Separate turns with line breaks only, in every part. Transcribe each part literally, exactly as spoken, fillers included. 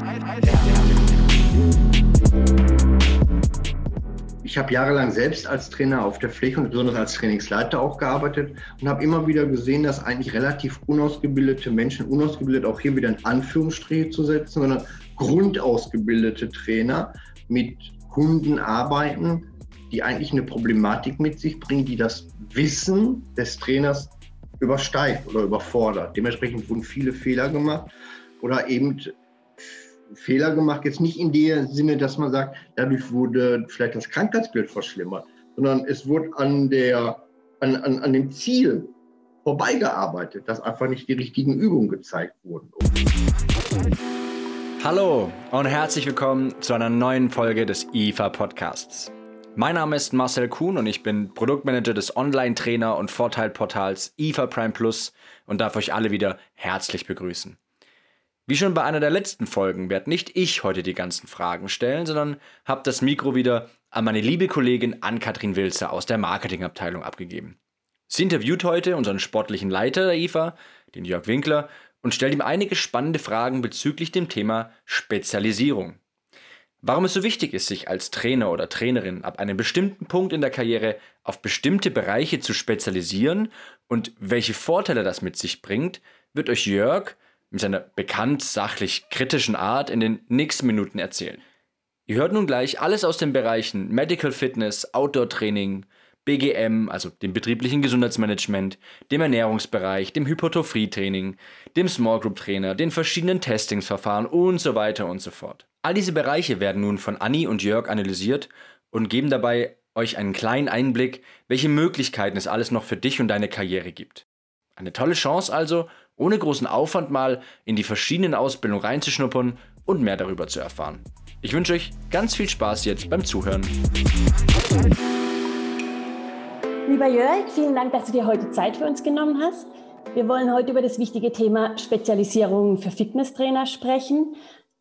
Ich habe jahrelang selbst als Trainer auf der Fläche und besonders als Trainingsleiter auch gearbeitet und habe immer wieder gesehen, dass eigentlich relativ unausgebildete Menschen, unausgebildet auch hier wieder in Anführungsstriche zu setzen, sondern grundausgebildete Trainer mit Kunden arbeiten, die eigentlich eine Problematik mit sich bringen, die das Wissen des Trainers übersteigt oder überfordert. Dementsprechend wurden viele Fehler gemacht oder eben Fehler gemacht, jetzt nicht in dem Sinne, dass man sagt, dadurch wurde vielleicht das Krankheitsbild verschlimmert, sondern es wurde an, der, an, an, an dem Ziel vorbeigearbeitet, dass einfach nicht die richtigen Übungen gezeigt wurden.
Hallo und herzlich willkommen zu einer neuen Folge des I F A Podcasts. Mein Name ist Marcel Kuhn und ich bin Produktmanager des Online-Trainer- und Vorteilportals I F A Prime Plus und darf euch alle wieder herzlich begrüßen. Wie schon bei einer der letzten Folgen werde nicht ich heute die ganzen Fragen stellen, sondern habe das Mikro wieder an meine liebe Kollegin Ann-Kathrin Wilzer aus der Marketingabteilung abgegeben. Sie interviewt heute unseren sportlichen Leiter der I F A, den Jörg Winkler, und stellt ihm einige spannende Fragen bezüglich dem Thema Spezialisierung. Warum es so wichtig ist, sich als Trainer oder Trainerin ab einem bestimmten Punkt in der Karriere auf bestimmte Bereiche zu spezialisieren und welche Vorteile das mit sich bringt, wird euch Jörg mit seiner bekannt sachlich kritischen Art in den nächsten Minuten erzählen. Ihr hört nun gleich alles aus den Bereichen Medical Fitness, Outdoor Training, B G M, also dem betrieblichen Gesundheitsmanagement, dem Ernährungsbereich, dem Hypertrophie-Training, dem Small Group Trainer, den verschiedenen Testingsverfahren und so weiter und so fort. All diese Bereiche werden nun von Anni und Jörg analysiert und geben dabei euch einen kleinen Einblick, welche Möglichkeiten es alles noch für dich und deine Karriere gibt. Eine tolle Chance also, ohne großen Aufwand mal in die verschiedenen Ausbildungen reinzuschnuppern und mehr darüber zu erfahren. Ich wünsche euch ganz viel Spaß jetzt beim Zuhören.
Lieber Jörg, vielen Dank, dass du dir heute Zeit für uns genommen hast. Wir wollen heute über das wichtige Thema Spezialisierung für Fitnesstrainer sprechen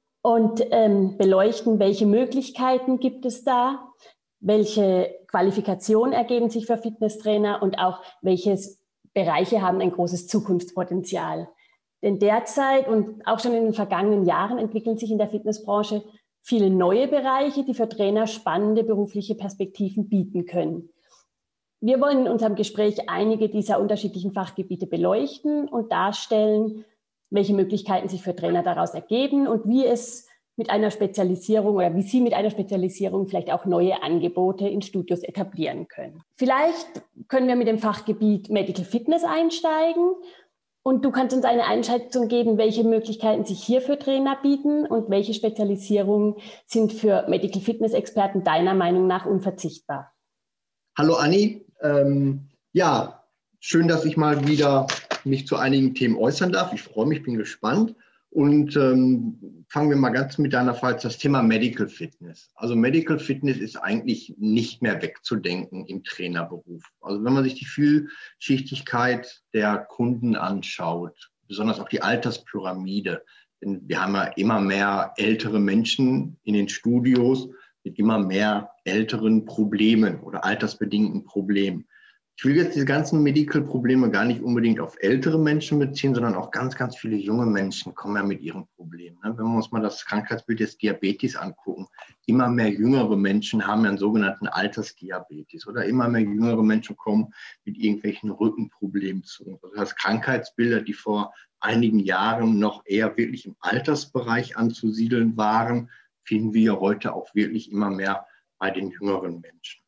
und ähm, beleuchten, welche Möglichkeiten gibt es da, welche Qualifikationen ergeben sich für Fitnesstrainer und auch welches Bereiche haben ein großes Zukunftspotenzial. Denn derzeit und auch schon in den vergangenen Jahren entwickeln sich in der Fitnessbranche viele neue Bereiche, die für Trainer spannende berufliche Perspektiven bieten können. Wir wollen in unserem Gespräch einige dieser unterschiedlichen Fachgebiete beleuchten und darstellen, welche Möglichkeiten sich für Trainer daraus ergeben und wie es mit einer Spezialisierung oder wie sie mit einer Spezialisierung vielleicht auch neue Angebote in Studios etablieren können. Vielleicht können wir mit dem Fachgebiet Medical Fitness einsteigen und du kannst uns eine Einschätzung geben, welche Möglichkeiten sich hier für Trainer bieten und welche Spezialisierungen sind für Medical Fitness Experten deiner Meinung nach unverzichtbar.
Hallo Anni, ähm, ja, schön, dass ich mal wieder mich zu einigen Themen äußern darf. Ich freue mich, bin gespannt. Und ähm, fangen wir mal ganz mit deiner Frage, das Thema Medical Fitness. Also Medical Fitness ist eigentlich nicht mehr wegzudenken im Trainerberuf. Also wenn man sich die Vielschichtigkeit der Kunden anschaut, besonders auch die Alterspyramide, denn wir haben ja immer mehr ältere Menschen in den Studios mit immer mehr älteren Problemen oder altersbedingten Problemen. Ich will jetzt diese ganzen Medical-Probleme gar nicht unbedingt auf ältere Menschen beziehen, sondern auch ganz, ganz viele junge Menschen kommen ja mit ihren Problemen. Wenn wir uns mal das Krankheitsbild des Diabetes angucken, immer mehr jüngere Menschen haben ja einen sogenannten Altersdiabetes oder immer mehr jüngere Menschen kommen mit irgendwelchen Rückenproblemen zu uns. Das heißt, Krankheitsbilder, die vor einigen Jahren noch eher wirklich im Altersbereich anzusiedeln waren, finden wir heute auch wirklich immer mehr bei den jüngeren Menschen.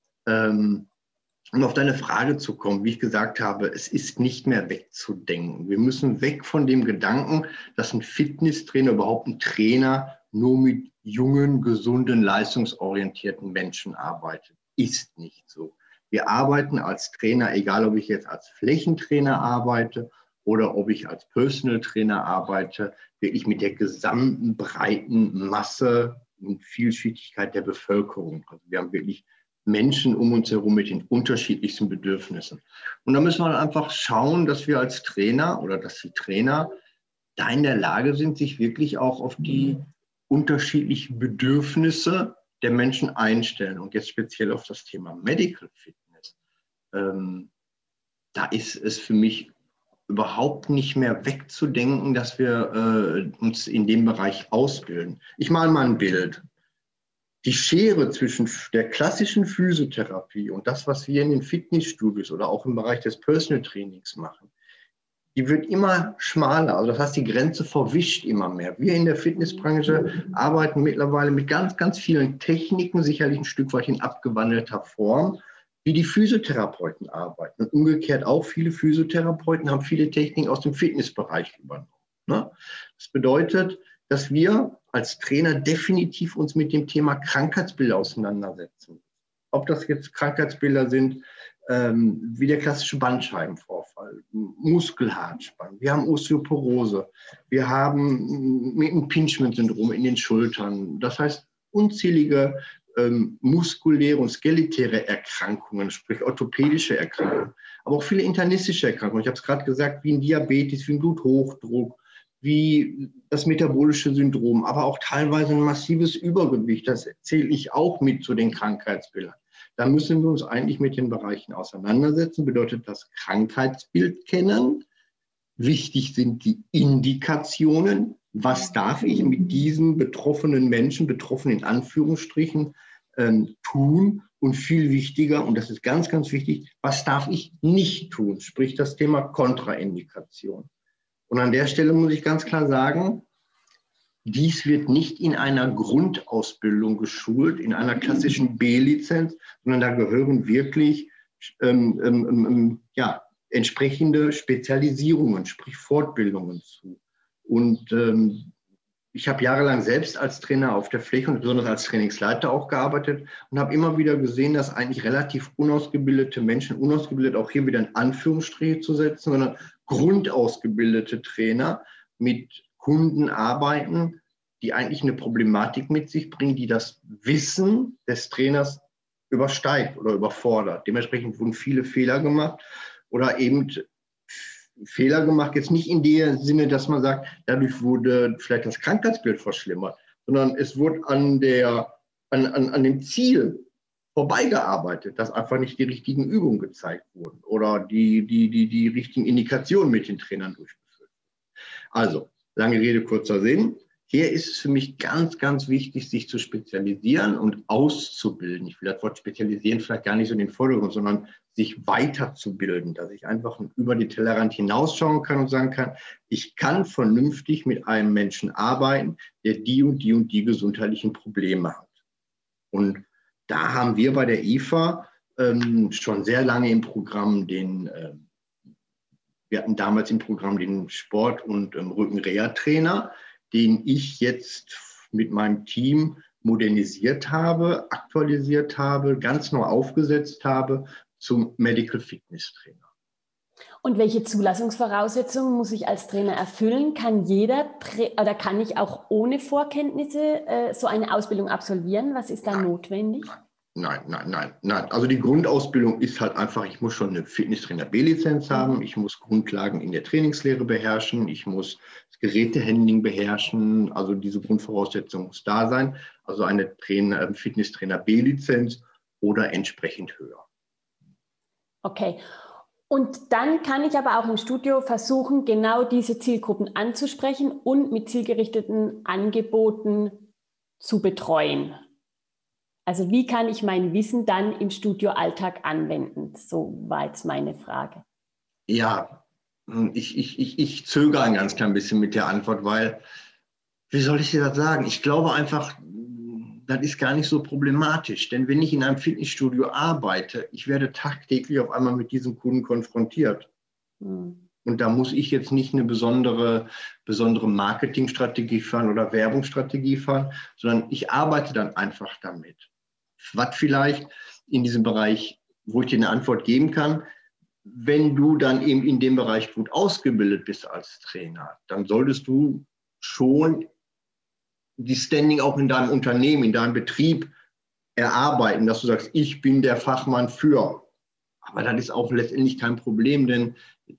Ähm, Um auf deine Frage zu kommen, wie ich gesagt habe, es ist nicht mehr wegzudenken. Wir müssen weg von dem Gedanken, dass ein Fitnesstrainer, überhaupt ein Trainer, nur mit jungen, gesunden, leistungsorientierten Menschen arbeitet. Ist nicht so. Wir arbeiten als Trainer, egal ob ich jetzt als Flächentrainer arbeite oder ob ich als Personal Trainer arbeite, wirklich mit der gesamten breiten Masse und Vielschichtigkeit der Bevölkerung. Also wir haben wirklich Menschen um uns herum mit den unterschiedlichsten Bedürfnissen. Und da müssen wir einfach schauen, dass wir als Trainer oder dass die Trainer da in der Lage sind, sich wirklich auch auf die unterschiedlichen Bedürfnisse der Menschen einstellen. Und jetzt speziell auf das Thema Medical Fitness. Ähm, da ist es für mich überhaupt nicht mehr wegzudenken, dass wir äh, uns in dem Bereich ausbilden. Ich male mal ein Bild. Die Schere zwischen der klassischen Physiotherapie und das, was wir in den Fitnessstudios oder auch im Bereich des Personal Trainings machen, die wird immer schmaler. Also das heißt, die Grenze verwischt immer mehr. Wir in der Fitnessbranche arbeiten mittlerweile mit ganz, ganz vielen Techniken, sicherlich ein Stück weit in abgewandelter Form, wie die Physiotherapeuten arbeiten. Und umgekehrt auch viele Physiotherapeuten haben viele Techniken aus dem Fitnessbereich übernommen. Das bedeutet, dass wir als Trainer definitiv uns mit dem Thema Krankheitsbilder auseinandersetzen. Ob das jetzt Krankheitsbilder sind, ähm, wie der klassische Bandscheibenvorfall, Muskelhartspann, wir haben Osteoporose, wir haben ein Impingement-Syndrom in den Schultern. Das heißt, unzählige ähm, muskuläre und skeletäre Erkrankungen, sprich orthopädische Erkrankungen, aber auch viele internistische Erkrankungen. Ich habe es gerade gesagt, wie ein Diabetes, wie ein Bluthochdruck, wie das metabolische Syndrom, aber auch teilweise ein massives Übergewicht. Das zähle ich auch mit zu den Krankheitsbildern. Da müssen wir uns eigentlich mit den Bereichen auseinandersetzen. Bedeutet das Krankheitsbild kennen. Wichtig sind die Indikationen. Was darf ich mit diesen betroffenen Menschen, betroffen in Anführungsstrichen, ähm, tun? Und viel wichtiger, und das ist ganz, ganz wichtig, was darf ich nicht tun? Sprich das Thema Kontraindikation. Und an der Stelle muss ich ganz klar sagen, dies wird nicht in einer Grundausbildung geschult, in einer klassischen B-Lizenz, sondern da gehören wirklich ähm, ähm, ähm, ja, entsprechende Spezialisierungen, sprich Fortbildungen zu. Und ähm, ich habe jahrelang selbst als Trainer auf der Fläche und besonders als Trainingsleiter auch gearbeitet und habe immer wieder gesehen, dass eigentlich relativ unausgebildete Menschen, unausgebildet auch hier wieder in Anführungsstriche zu setzen, sondern grundausgebildete Trainer mit Kunden arbeiten, die eigentlich eine Problematik mit sich bringen, die das Wissen des Trainers übersteigt oder überfordert. Dementsprechend wurden viele Fehler gemacht oder eben Fehler gemacht, jetzt nicht in dem Sinne, dass man sagt, dadurch wurde vielleicht das Krankheitsbild verschlimmert, sondern es wurde an, der, an, an, an dem Ziel vorbeigearbeitet, dass einfach nicht die richtigen Übungen gezeigt wurden oder die, die, die, die richtigen Indikationen mit den Trainern durchgeführt wurden. Also, lange Rede, kurzer Sinn. Hier ist es für mich ganz, ganz wichtig, sich zu spezialisieren und auszubilden. Ich will das Wort spezialisieren vielleicht gar nicht so in den Vordergrund, sondern sich weiterzubilden, dass ich einfach über den Tellerrand hinausschauen kann und sagen kann, ich kann vernünftig mit einem Menschen arbeiten, der die und die und die gesundheitlichen Probleme hat. Und da haben wir bei der I F A ähm, schon sehr lange im Programm den, äh, wir hatten damals im Programm den Sport- und ähm, Rücken-Reha-Trainer, den ich jetzt mit meinem Team modernisiert habe, aktualisiert habe, ganz neu aufgesetzt habe zum Medical Fitness Trainer.
Und welche Zulassungsvoraussetzungen muss ich als Trainer erfüllen? Kann jeder oder kann ich auch ohne Vorkenntnisse äh, so eine Ausbildung absolvieren? Was ist da
Nein.
notwendig?
Nein, nein, nein, nein. Also die Grundausbildung ist halt einfach, ich muss schon eine Fitnesstrainer B-Lizenz haben, ich muss Grundlagen in der Trainingslehre beherrschen, ich muss das Gerätehandling beherrschen, also diese Grundvoraussetzung muss da sein. Also eine Trainer, Fitnesstrainer B-Lizenz oder entsprechend höher.
Okay. Und dann kann ich aber auch im Studio versuchen, genau diese Zielgruppen anzusprechen und mit zielgerichteten Angeboten zu betreuen. Also wie kann ich mein Wissen dann im Studioalltag anwenden? So war jetzt meine Frage.
Ja, ich, ich, ich, ich zögere ein ganz klein bisschen mit der Antwort, weil, wie soll ich dir das sagen? Ich glaube einfach, das ist gar nicht so problematisch. Denn wenn ich in einem Fitnessstudio arbeite, ich werde tagtäglich auf einmal mit diesem Kunden konfrontiert. Hm. Und da muss ich jetzt nicht eine besondere, besondere Marketingstrategie fahren oder Werbungsstrategie fahren, sondern ich arbeite dann einfach damit. Was vielleicht in diesem Bereich, wo ich dir eine Antwort geben kann, wenn du dann eben in dem Bereich gut ausgebildet bist als Trainer, dann solltest du schon die Standing auch in deinem Unternehmen, in deinem Betrieb erarbeiten, dass du sagst, ich bin der Fachmann für. Aber das ist auch letztendlich kein Problem, denn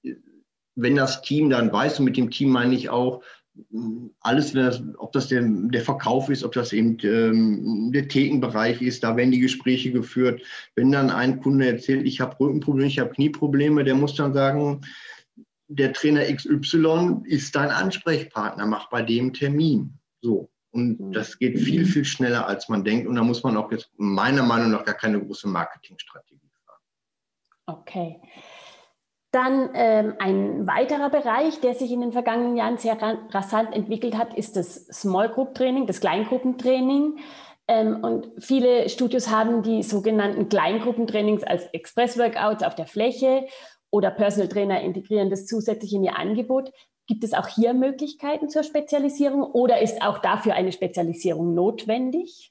wenn das Team dann weiß, und mit dem Team meine ich auch, alles, ob das der, der Verkauf ist, ob das eben ähm, der Thekenbereich ist, da werden die Gespräche geführt. Wenn dann ein Kunde erzählt, ich habe Rückenprobleme, ich habe Knieprobleme, der muss dann sagen, der Trainer X Y ist dein Ansprechpartner, mach bei dem Termin. So. Und das geht viel, viel schneller, als man denkt. Und da muss man auch jetzt meiner Meinung nach gar keine große Marketingstrategie fahren.
Okay. Dann ähm, ein weiterer Bereich, der sich in den vergangenen Jahren sehr rasant entwickelt hat, ist das Small Group Training, das Kleingruppentraining. Ähm, und viele Studios haben die sogenannten Kleingruppentrainings als Express-Workouts auf der Fläche oder Personal Trainer integrieren das zusätzlich in ihr Angebot. Gibt es auch hier Möglichkeiten zur Spezialisierung oder ist auch dafür eine Spezialisierung notwendig?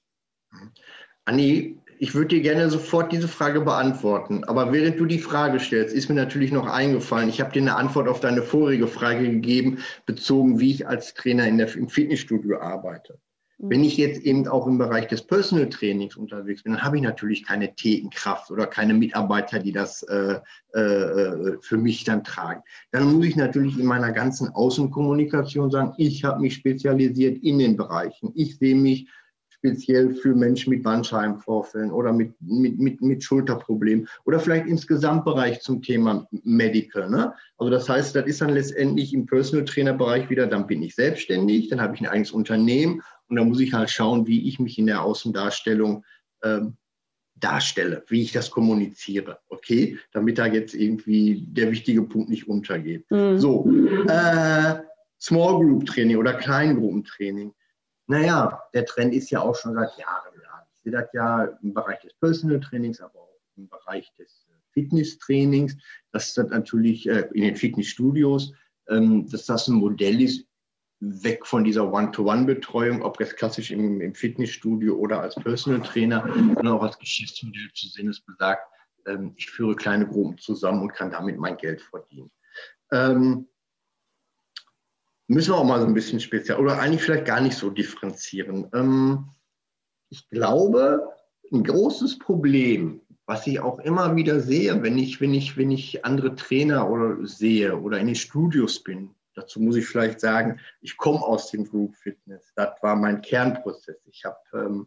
Anni, ich würde dir gerne sofort diese Frage beantworten. Aber während du die Frage stellst, ist mir natürlich noch eingefallen, ich habe dir eine Antwort auf deine vorige Frage gegeben, bezogen, wie ich als Trainer in der, im Fitnessstudio arbeite. Wenn ich jetzt eben auch im Bereich des Personal Trainings unterwegs bin, dann habe ich natürlich keine Thekenkraft oder keine Mitarbeiter, die das äh, äh, für mich dann tragen. Dann muss ich natürlich in meiner ganzen Außenkommunikation sagen, ich habe mich spezialisiert in den Bereichen. Ich sehe mich speziell für Menschen mit Bandscheibenvorfällen oder mit, mit, mit, mit Schulterproblemen oder vielleicht im Gesamtbereich zum Thema Medical. Ne? Also das heißt, das ist dann letztendlich im Personal Trainer Bereich wieder, dann bin ich selbstständig, dann habe ich ein eigenes Unternehmen und dann muss ich halt schauen, wie ich mich in der Außendarstellung ähm, darstelle, wie ich das kommuniziere, okay, damit da jetzt irgendwie der wichtige Punkt nicht untergeht. Mhm. So, äh, Small Group Training oder Kleingruppentraining. Naja, der Trend ist ja auch schon seit Jahren da. Ich sehe das ja im Bereich des Personal Trainings, aber auch im Bereich des Fitnesstrainings, dass das natürlich äh, in den Fitnessstudios, ähm, dass das ein Modell ist, weg von dieser One-to-One-Betreuung, ob das klassisch im, im Fitnessstudio oder als Personal Trainer, sondern auch als Geschäftsmodell zu sehen ist, besagt, ähm, ich führe kleine Gruppen zusammen und kann damit mein Geld verdienen. Ähm, Müssen wir auch mal so ein bisschen speziell oder eigentlich vielleicht gar nicht so differenzieren. Ähm, ich glaube, ein großes Problem, was ich auch immer wieder sehe, wenn ich, wenn ich, wenn ich andere Trainer oder sehe oder in den Studios bin, dazu muss ich vielleicht sagen, ich komme aus dem Group Fitness. Das war mein Kernprozess. Ich habe ähm,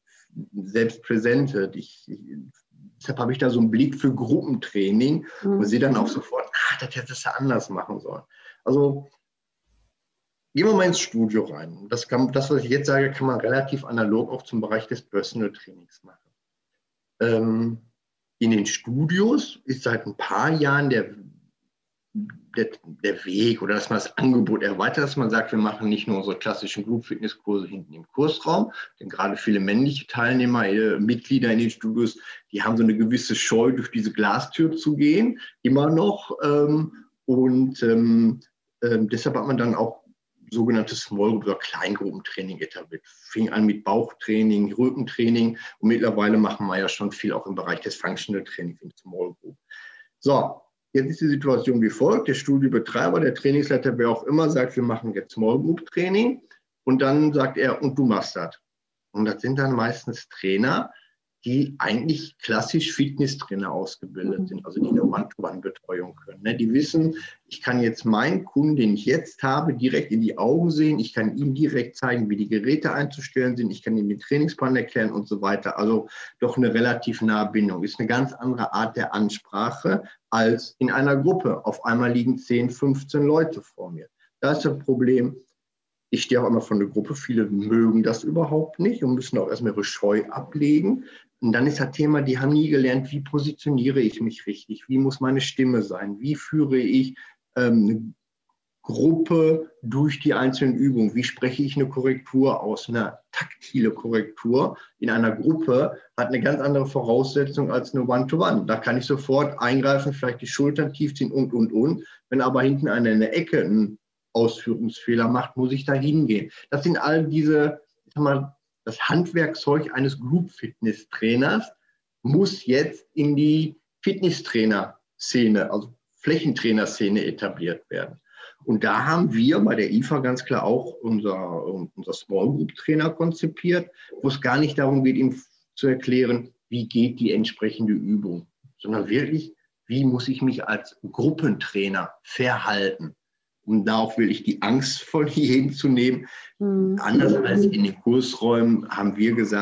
selbst präsentiert. Ich, ich, deshalb habe ich da so einen Blick für Gruppentraining mhm. und sehe dann auch sofort, ah, das hättest du anders machen sollen. Also gehen wir mal ins Studio rein. Das, kann, das, was ich jetzt sage, kann man relativ analog auch zum Bereich des Personal Trainings machen. Ähm, in den Studios ist seit ein paar Jahren der, der, der Weg oder dass man das Angebot erweitert, dass man sagt, wir machen nicht nur unsere klassischen Group-Fitness-Kurse hinten im Kursraum, denn gerade viele männliche Teilnehmer, äh, Mitglieder in den Studios, die haben so eine gewisse Scheu, durch diese Glastür zu gehen, immer noch. Ähm, und ähm, äh, deshalb hat man dann auch sogenanntes Small Group oder Kleingruppentraining etabliert. Fing an mit Bauchtraining, Rückentraining und mittlerweile machen wir ja schon viel auch im Bereich des Functional Trainings in Small Group. So, jetzt ist die Situation wie folgt. Der Studiobetreiber, der Trainingsleiter, wer auch immer, sagt, wir machen jetzt Small Group Training und dann sagt er, und du machst das. Und das sind dann meistens Trainer, die eigentlich klassisch Fitnesstrainer ausgebildet sind, also die eine One-to-One-Betreuung können. Die wissen, ich kann jetzt meinen Kunden, den ich jetzt habe, direkt in die Augen sehen, ich kann ihm direkt zeigen, wie die Geräte einzustellen sind, ich kann ihm den Trainingsplan erklären und so weiter. Also doch eine relativ nahe Bindung. Ist eine ganz andere Art der Ansprache als in einer Gruppe. Auf einmal liegen zehn, fünfzehn Leute vor mir. Da ist das Problem. Ich stehe auch immer von der Gruppe. Viele mögen das überhaupt nicht und müssen auch erstmal ihre Scheu ablegen. Und dann ist das Thema, die haben nie gelernt, wie positioniere ich mich richtig? Wie muss meine Stimme sein? Wie führe ich ähm, eine Gruppe durch die einzelnen Übungen? Wie spreche ich eine Korrektur aus? Eine taktile Korrektur in einer Gruppe hat eine ganz andere Voraussetzung als eine One-to-One. Da kann ich sofort eingreifen, vielleicht die Schultern tief ziehen und, und, und. Wenn aber hinten einer in der Ecke einen Ausführungsfehler macht, muss ich da hingehen. Das sind all diese, ich sag mal, das Handwerkzeug eines Group-Fitness-Trainers muss jetzt in die Fitnesstrainer-Szene, also Flächentrainer-Szene etabliert werden. Und da haben wir bei der I F A ganz klar auch unser, unser Small-Group-Trainer konzipiert, wo es gar nicht darum geht, ihm zu erklären, wie geht die entsprechende Übung, sondern wirklich, wie muss ich mich als Gruppentrainer verhalten. Um da auch wirklich die Angst von jedem zu nehmen. Mhm. Anders als in den Kursräumen haben wir gesagt,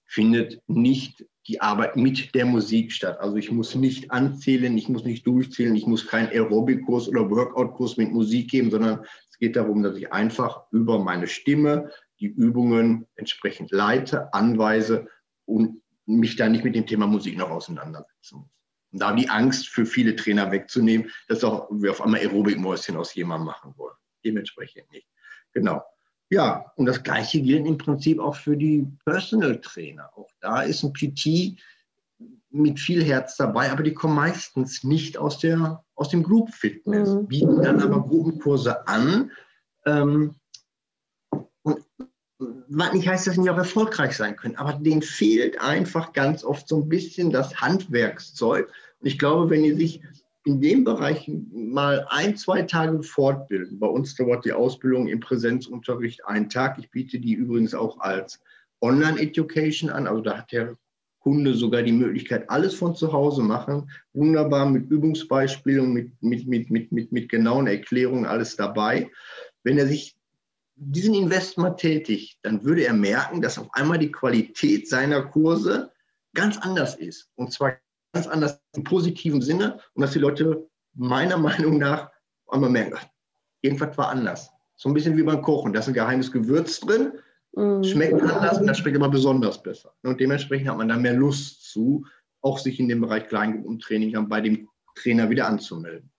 findet nicht die Arbeit mit der Musik statt. Also ich muss nicht anzählen, ich muss nicht durchzählen, ich muss keinen Aerobic-Kurs oder Workout-Kurs mit Musik geben, sondern es geht darum, dass ich einfach über meine Stimme die Übungen entsprechend leite, anweise und mich da nicht mit dem Thema Musik noch auseinandersetzen muss. Und da die Angst für viele Trainer wegzunehmen, dass auch wir auf einmal Aerobic-Mäuschen aus jemandem machen wollen. Dementsprechend nicht. Genau. Ja, und das Gleiche gilt im Prinzip auch für die Personal Trainer. Auch da ist ein P T mit viel Herz dabei, aber die kommen meistens nicht aus, der, aus dem Group Fitness,
Mhm.
bieten dann aber Gruppenkurse an. Ähm, und was nicht heißt, dass sie nicht auch erfolgreich sein können, aber denen fehlt einfach ganz oft so ein bisschen das Handwerkszeug. Und ich glaube, wenn ihr sich in dem Bereich mal ein, zwei Tage fortbilden. Bei uns dauert die Ausbildung im Präsenzunterricht einen Tag. Ich biete die übrigens auch als Online-Education an. Also da hat der Kunde sogar die Möglichkeit, alles von zu Hause machen. Wunderbar mit Übungsbeispielen, mit, mit, mit, mit, mit, mit genauen Erklärungen, alles dabei. Wenn er sich diesen Invest mal tätigt, dann würde er merken, dass auf einmal die Qualität seiner Kurse ganz anders ist. Und zwar ganz anders im positiven Sinne und dass die Leute meiner Meinung nach einmal merken, irgendwas war anders. So ein bisschen wie beim Kochen. Da ist ein geheimes Gewürz drin, mm. schmeckt anders und das schmeckt aber besonders besser. Und dementsprechend hat man da mehr Lust zu, auch sich in dem Bereich Kleingruppentraining dann bei dem Trainer wieder anzumelden.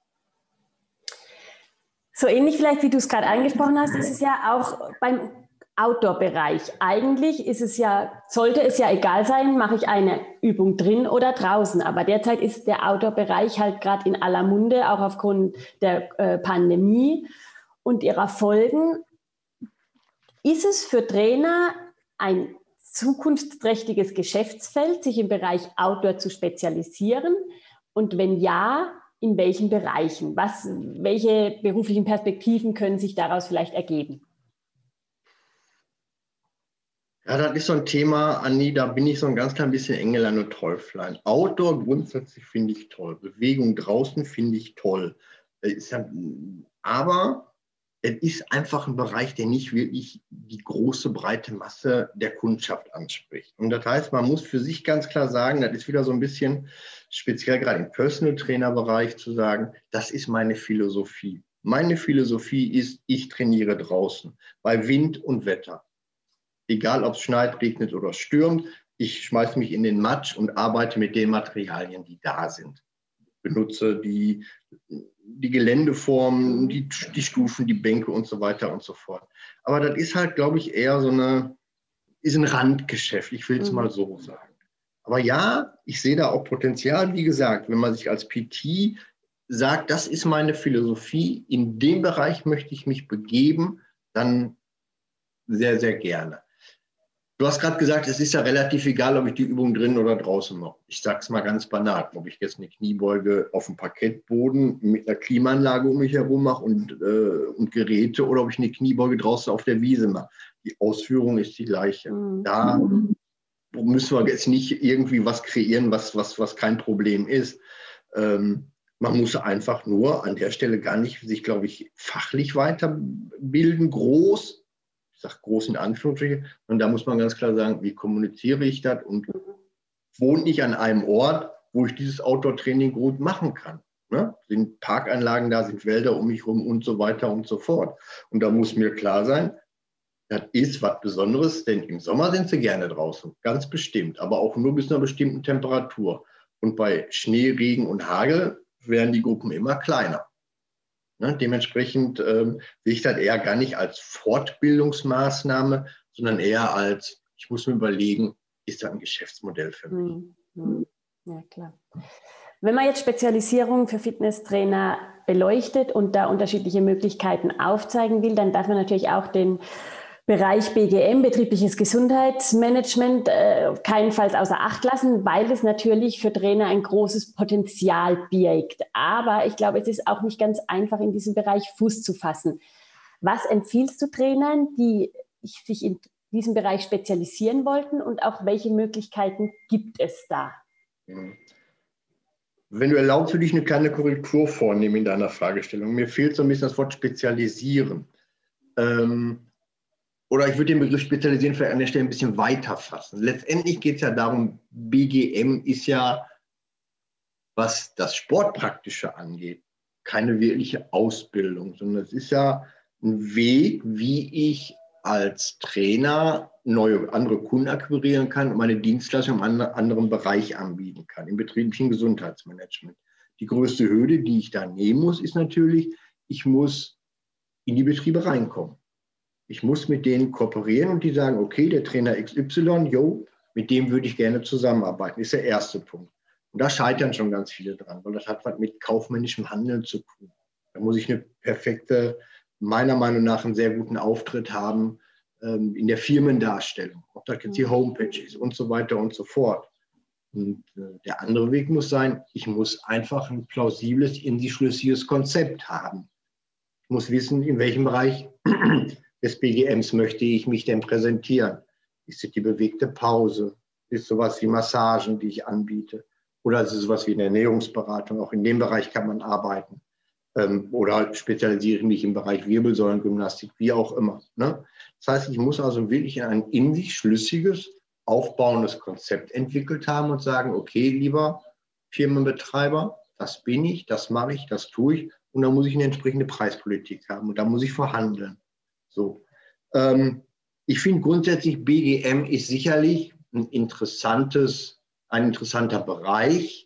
So ähnlich vielleicht, wie du es gerade angesprochen hast, ist es ja auch beim Outdoor-Bereich. Eigentlich ist es ja, sollte es ja egal sein, mache ich eine Übung drin oder draußen. Aber derzeit ist der Outdoor-Bereich halt gerade in aller Munde, auch aufgrund der äh, Pandemie und ihrer Folgen. Ist es für Trainer ein zukunftsträchtiges Geschäftsfeld, sich im Bereich Outdoor zu spezialisieren? Und wenn ja, in welchen Bereichen? Was, welche beruflichen Perspektiven können sich daraus vielleicht ergeben?
Ja, das ist so ein Thema, Anni, da bin ich so ein ganz klein bisschen Engelein und Teuflein. Outdoor grundsätzlich finde ich toll. Bewegung draußen finde ich toll. Ist ja, aber es ist einfach ein Bereich, der nicht wirklich die große, breite Masse der Kundschaft anspricht. Und das heißt, man muss für sich ganz klar sagen, das ist wieder so ein bisschen speziell gerade im Personal-Trainer-Bereich zu sagen, das ist meine Philosophie. Meine Philosophie ist, ich trainiere draußen, bei Wind und Wetter. Egal, ob es schneit, regnet oder stürmt, ich schmeiße mich in den Matsch und arbeite mit den Materialien, die da sind. Benutze die, die Geländeformen, die, die Stufen, die Bänke und so weiter und so fort. Aber das ist halt, glaube ich, eher so eine, ist ein Randgeschäft, ich will es mhm. mal so sagen. Aber ja, ich sehe da auch Potenzial, wie gesagt, wenn man sich als P T sagt, das ist meine Philosophie, in dem Bereich möchte ich mich begeben, dann sehr, sehr gerne. Du hast gerade gesagt, es ist ja relativ egal, ob ich die Übung drin oder draußen mache. Ich sage es mal ganz banal, ob ich jetzt eine Kniebeuge auf dem Parkettboden mit einer Klimaanlage um mich herum mache und, äh, und Geräte oder ob ich eine Kniebeuge draußen auf der Wiese mache. Die Ausführung ist die gleiche. Mhm. Da müssen wir jetzt nicht irgendwie was kreieren, was, was, was kein Problem ist. Ähm, man muss einfach nur an der Stelle gar nicht sich, glaube ich, fachlich weiterbilden, groß. Ich sage groß in Anführungsstrichen, und da muss man ganz klar sagen, wie kommuniziere ich das und wohne ich an einem Ort, wo ich dieses Outdoor-Training gut machen kann. Ne? Sind Parkanlagen da, sind Wälder um mich herum und so weiter und so fort. Und da muss mir klar sein, das ist was Besonderes, denn im Sommer sind sie gerne draußen, ganz bestimmt, aber auch nur bis einer bestimmten Temperatur. Und bei Schnee, Regen und Hagel werden die Gruppen immer kleiner. Ne, dementsprechend ähm, sehe ich das eher gar nicht als Fortbildungsmaßnahme, sondern eher als, ich muss mir überlegen, ist das ein Geschäftsmodell für mich?
Mhm. Ja, klar. Wenn man jetzt Spezialisierung für Fitnesstrainer beleuchtet und da unterschiedliche Möglichkeiten aufzeigen will, dann darf man natürlich auch den Bereich B G M, betriebliches Gesundheitsmanagement, äh, keinenfalls außer Acht lassen, weil es natürlich für Trainer ein großes Potenzial birgt. Aber ich glaube, es ist auch nicht ganz einfach, in diesem Bereich Fuß zu fassen. Was empfiehlst du Trainern, die sich in diesem Bereich spezialisieren wollten und auch welche Möglichkeiten gibt es da?
Wenn du erlaubst, würde ich eine kleine Korrektur vornehmen in deiner Fragestellung. Mir fehlt so ein bisschen das Wort spezialisieren. Ähm, oder ich würde den Begriff spezialisieren vielleicht an der Stelle ein bisschen weiter fassen. Letztendlich geht es ja darum, B G M ist ja, was das Sportpraktische angeht, keine wirkliche Ausbildung, sondern es ist ja ein Weg, wie ich als Trainer neue, andere Kunden akquirieren kann und meine Dienstleistung in einem anderen Bereich anbieten kann, im betrieblichen Gesundheitsmanagement. Die größte Hürde, die ich da nehmen muss, ist natürlich, ich muss in die Betriebe reinkommen. Ich muss mit denen kooperieren und die sagen, okay, der Trainer X Y, yo, mit dem würde ich gerne zusammenarbeiten. Ist der erste Punkt. Und da scheitern schon ganz viele dran, weil das hat was mit kaufmännischem Handeln zu tun. Da muss ich eine perfekte, meiner Meinung nach einen sehr guten Auftritt haben ähm, in der Firmendarstellung, ob das jetzt die Homepage ist und so weiter und so fort. Und äh, der andere Weg muss sein, ich muss einfach ein plausibles, in sich schlüssiges Konzept haben. Ich muss wissen, in welchem Bereich des B G Ms möchte ich mich denn präsentieren. Ist es die bewegte Pause? Ist es sowas wie Massagen, die ich anbiete? Oder ist es sowas wie eine Ernährungsberatung? Auch in dem Bereich kann man arbeiten. Ähm, oder spezialisiere ich mich im Bereich Wirbelsäulengymnastik, wie auch immer. Ne? Das heißt, ich muss also wirklich ein in sich schlüssiges, aufbauendes Konzept entwickelt haben und sagen, okay, lieber Firmenbetreiber, das bin ich, das mache ich, das tue ich. Und da muss ich eine entsprechende Preispolitik haben und da muss ich verhandeln. So. Ähm, ich finde grundsätzlich, B G M ist sicherlich ein interessantes, ein interessanter Bereich.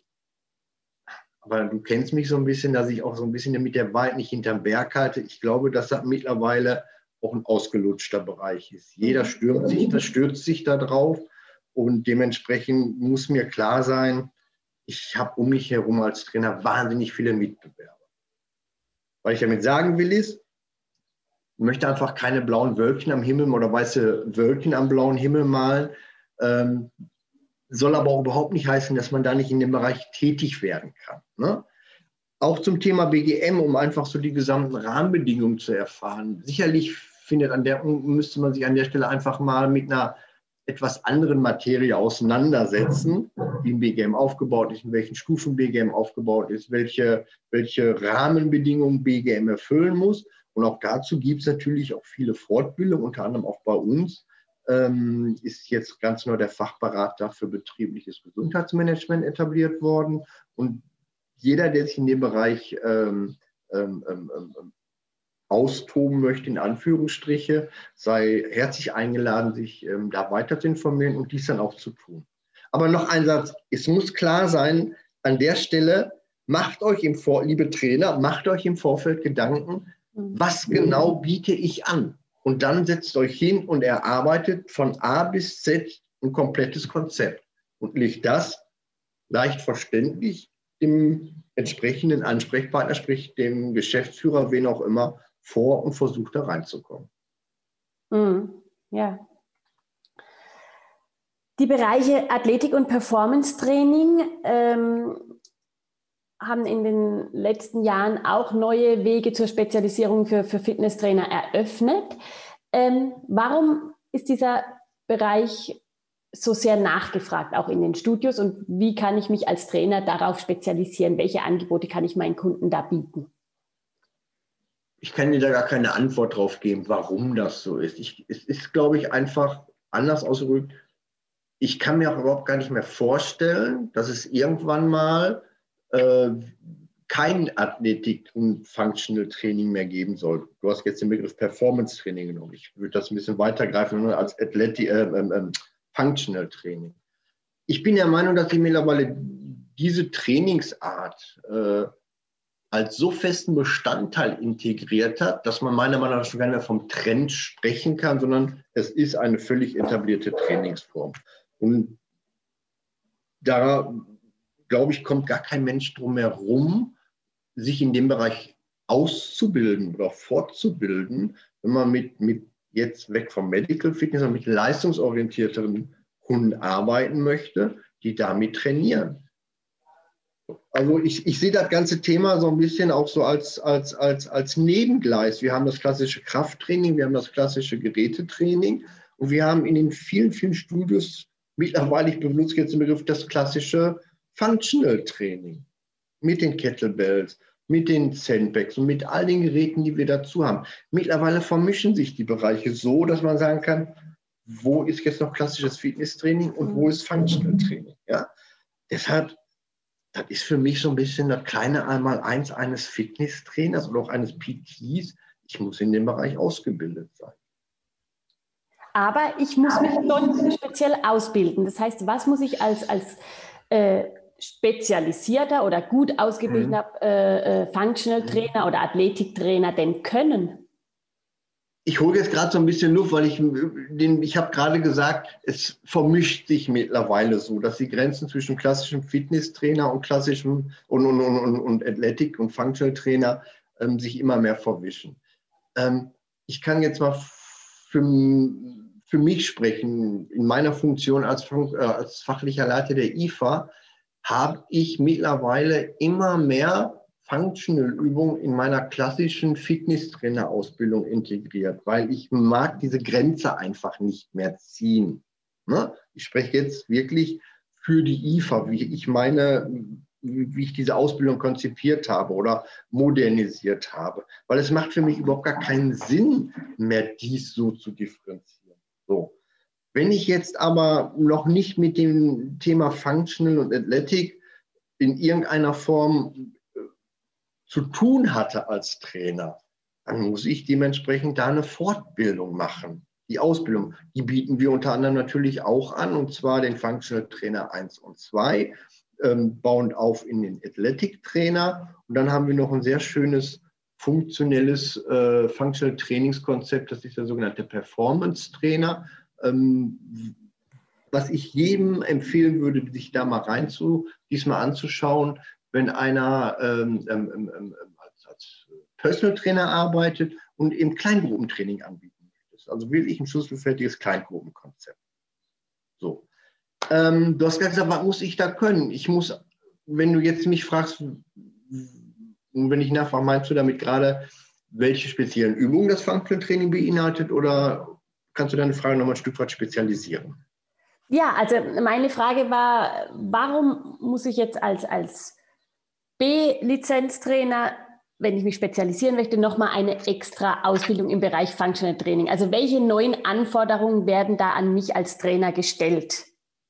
Aber du kennst mich so ein bisschen, dass ich auch so ein bisschen mit der Wahrheit nicht hinterm Berg halte. Ich glaube, dass das mittlerweile auch ein ausgelutschter Bereich ist. Jeder stürzt sich, das stürzt sich da drauf. Und dementsprechend muss mir klar sein, ich habe um mich herum als Trainer wahnsinnig viele Mitbewerber. Was ich damit sagen will, ist, ich möchte einfach keine blauen Wölkchen am Himmel oder weiße Wölkchen am blauen Himmel malen. Ähm, soll aber auch überhaupt nicht heißen, dass man da nicht in dem Bereich tätig werden kann. Ne? Auch zum Thema B G M, um einfach so die gesamten Rahmenbedingungen zu erfahren. Sicherlich findet an der, müsste man sich an der Stelle einfach mal mit einer etwas anderen Materie auseinandersetzen, wie ein B G M aufgebaut ist, in welchen Stufen B G M aufgebaut ist, welche, welche Rahmenbedingungen B G M erfüllen muss. Und auch dazu gibt es natürlich auch viele Fortbildungen, unter anderem auch bei uns. Ähm, ist jetzt ganz neu der Fachberater für betriebliches Gesundheitsmanagement etabliert worden. Und jeder, der sich in dem Bereich ähm, ähm, ähm, austoben möchte, in Anführungsstriche, sei herzlich eingeladen, sich ähm, da weiter zu informieren und dies dann auch zu tun. Aber noch ein Satz, es muss klar sein, an der Stelle, macht euch im Vor, liebe Trainer, macht euch im Vorfeld Gedanken, was genau biete ich an? Und dann setzt euch hin und erarbeitet von A bis Z ein komplettes Konzept und legt das leicht verständlich dem entsprechenden Ansprechpartner, sprich dem Geschäftsführer, wen auch immer, vor und versucht da reinzukommen.
Mm, ja. Die Bereiche Athletik und Performance-Training ähm, haben in den letzten Jahren auch neue Wege zur Spezialisierung für, für Fitnesstrainer eröffnet. Ähm, warum ist dieser Bereich so sehr nachgefragt, auch in den Studios? Und wie kann ich mich als Trainer darauf spezialisieren? Welche Angebote kann ich meinen Kunden da bieten?
Ich kann dir da gar keine Antwort drauf geben, warum das so ist. Ich, es ist, glaube ich, einfach anders ausgedrückt. Ich kann mir auch überhaupt gar nicht mehr vorstellen, dass es irgendwann mal äh, kein Athletik- und Functional Training mehr geben soll. Du hast jetzt den Begriff Performance Training genommen. Ich würde das ein bisschen weitergreifen als Athletic, äh, äh, Functional Training. Ich bin der Meinung, dass ich mittlerweile diese Trainingsart äh, als so festen Bestandteil integriert hat, dass man meiner Meinung nach schon gar nicht mehr vom Trend sprechen kann, sondern es ist eine völlig etablierte Trainingsform. Und da, glaube ich, kommt gar kein Mensch drum herum, sich in dem Bereich auszubilden oder fortzubilden, wenn man mit, mit jetzt weg vom Medical Fitness, sondern mit leistungsorientierteren Kunden arbeiten möchte, die damit trainieren. Also ich, ich sehe das ganze Thema so ein bisschen auch so als, als, als, als Nebengleis. Wir haben das klassische Krafttraining, wir haben das klassische Gerätetraining und wir haben in den vielen, vielen Studios mittlerweile, ich benutze jetzt den Begriff, das klassische Functional Training mit den Kettlebells, mit den Sandbags und mit all den Geräten, die wir dazu haben. Mittlerweile vermischen sich die Bereiche so, dass man sagen kann, wo ist jetzt noch klassisches Fitnesstraining und wo ist Functional Training. Ja? Deshalb, das ist für mich so ein bisschen das kleine Einmaleins eines Fitnesstrainers oder auch eines P Ts. Ich muss in dem Bereich ausgebildet sein.
Aber ich muss mich schon speziell ausbilden. Das heißt, was muss ich als, als äh, spezialisierter oder gut ausgebildeter äh, äh, Functional Trainer oder Athletiktrainer denn können?
Ich hole jetzt gerade so ein bisschen Luft, weil ich, den, ich habe gerade gesagt, es vermischt sich mittlerweile so, dass die Grenzen zwischen klassischem Fitnesstrainer und klassischem und, und, und, und Athletik- und Functional Trainer ähm, sich immer mehr verwischen. Ähm, ich kann jetzt mal für, für mich sprechen. In meiner Funktion als, äh, als fachlicher Leiter der I F A habe ich mittlerweile immer mehr Functional-Übungen in meiner klassischen Fitnesstrainer-Ausbildung integriert, weil ich mag diese Grenze einfach nicht mehr ziehen. Ne? Ich spreche jetzt wirklich für die I F A, wie ich meine, wie ich diese Ausbildung konzipiert habe oder modernisiert habe. Weil es macht für mich überhaupt gar keinen Sinn mehr, dies so zu differenzieren. So. Wenn ich jetzt aber noch nicht mit dem Thema Functional und Athletic in irgendeiner Form zu tun hatte als Trainer, dann muss ich dementsprechend da eine Fortbildung machen. Die Ausbildung, die bieten wir unter anderem natürlich auch an, und zwar den Functional Trainer eins und zwei, ähm, bauend auf in den Athletic Trainer. Und dann haben wir noch ein sehr schönes funktionelles äh, Functional Trainingskonzept, das ist der sogenannte Performance Trainer, ähm, was ich jedem empfehlen würde, sich da mal rein zu, diesmal anzuschauen, wenn einer ähm, ähm, ähm, als, als Personal Trainer arbeitet und eben Kleingruppentraining anbieten möchte. Also wirklich ein schlüsselfertiges Kleingruppenkonzept. So. Ähm, du hast gesagt, was muss ich da können? Ich muss, wenn du jetzt mich fragst, und wenn ich nachfrage, meinst du damit gerade, welche speziellen Übungen das Functional Training beinhaltet, oder kannst du deine Frage nochmal ein Stück weit spezialisieren?
Ja, also meine Frage war, warum muss ich jetzt als, als B-Lizenztrainer, wenn ich mich spezialisieren möchte, nochmal eine extra Ausbildung im Bereich Functional Training? Also welche neuen Anforderungen werden da an mich als Trainer gestellt?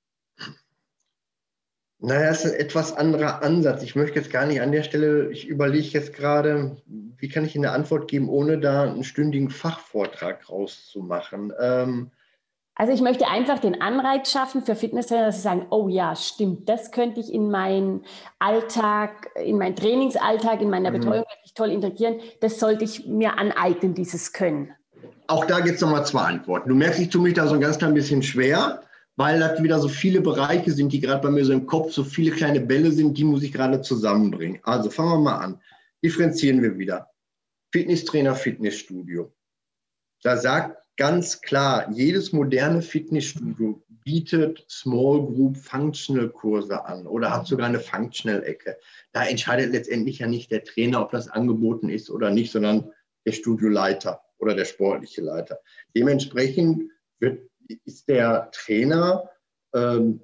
Naja, es ist ein etwas anderer Ansatz. Ich möchte jetzt gar nicht an der Stelle, ich überlege jetzt gerade, wie kann ich Ihnen eine Antwort geben, ohne da einen stündigen Fachvortrag rauszumachen. Ähm,
Also ich möchte einfach den Anreiz schaffen für Fitnesstrainer, dass sie sagen, oh ja, stimmt, das könnte ich in meinen Alltag, in meinen Trainingsalltag, in meiner mhm. Betreuung wirklich toll integrieren. Das sollte ich mir aneignen, dieses Können.
Auch da gibt es nochmal zwei Antworten. Du merkst, ich tue mich da so ein ganz klein bisschen schwer, weil das wieder so viele Bereiche sind, die gerade bei mir so im Kopf, so viele kleine Bälle sind, die muss ich gerade zusammenbringen. Also fangen wir mal an. Differenzieren wir wieder. Fitnesstrainer, Fitnessstudio. Da sagt ganz klar, jedes moderne Fitnessstudio bietet Small Group Functional Kurse an oder hat sogar eine Functional-Ecke. Da entscheidet letztendlich ja nicht der Trainer, ob das angeboten ist oder nicht, sondern der Studioleiter oder der sportliche Leiter. Dementsprechend wird, ist der Trainer ähm,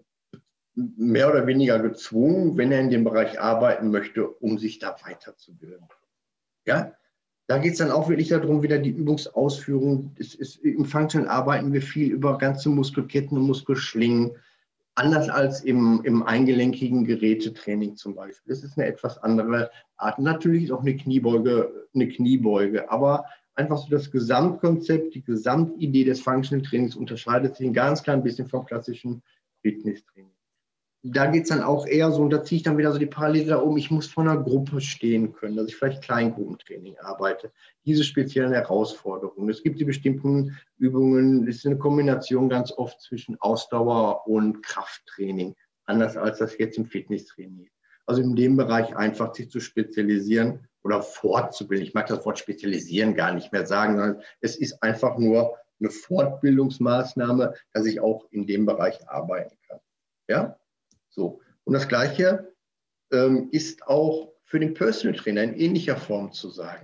mehr oder weniger gezwungen, wenn er in dem Bereich arbeiten möchte, um sich da weiterzubilden. Ja? Da geht es dann auch wirklich darum, wieder die Übungsausführung. Es ist, im Functional arbeiten wir viel über ganze Muskelketten und Muskelschlingen, anders als im, im eingelenkigen Gerätetraining zum Beispiel. Das ist eine etwas andere Art. Natürlich ist auch eine Kniebeuge eine Kniebeuge, aber einfach so das Gesamtkonzept, die Gesamtidee des Functional Trainings unterscheidet sich ein ganz klein bisschen vom klassischen Fitnesstraining. Da geht es dann auch eher so, und da ziehe ich dann wieder so die Parallele da um, ich muss vor einer Gruppe stehen können, dass ich vielleicht Kleingruppentraining arbeite. Diese speziellen Herausforderungen. Es gibt die bestimmten Übungen, es ist eine Kombination ganz oft zwischen Ausdauer und Krafttraining, anders als das jetzt im Fitnesstraining ist. Also in dem Bereich einfach sich zu spezialisieren oder fortzubilden. Ich mag das Wort spezialisieren gar nicht mehr sagen, sondern es ist einfach nur eine Fortbildungsmaßnahme, dass ich auch in dem Bereich arbeiten kann. Ja? So. Und das Gleiche ähm, ist auch für den Personal Trainer in ähnlicher Form zu sagen.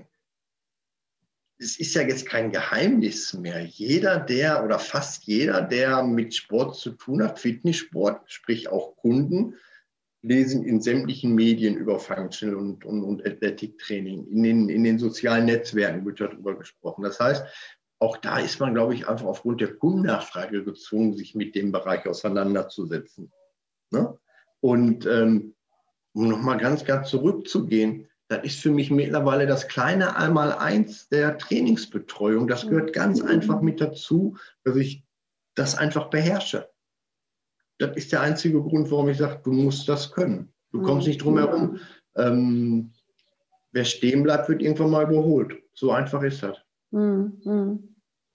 Es ist ja jetzt kein Geheimnis mehr. Jeder, der oder fast jeder, der mit Sport zu tun hat, Fitnesssport, sprich auch Kunden, lesen in sämtlichen Medien über Functional und, und, und Athletic-Training. In den, in den sozialen Netzwerken wird darüber gesprochen. Das heißt, auch da ist man, glaube ich, einfach aufgrund der Kundennachfrage gezwungen, sich mit dem Bereich auseinanderzusetzen. Ne? Und ähm, um nochmal ganz, ganz zurückzugehen, das ist für mich mittlerweile das kleine Einmaleins der Trainingsbetreuung. Das gehört ganz einfach mit dazu, dass ich das einfach beherrsche. Das ist der einzige Grund, warum ich sage, du musst das können. Du kommst nicht drum herum. Ähm, wer stehen bleibt, wird irgendwann mal überholt. So einfach ist das.
Mhm.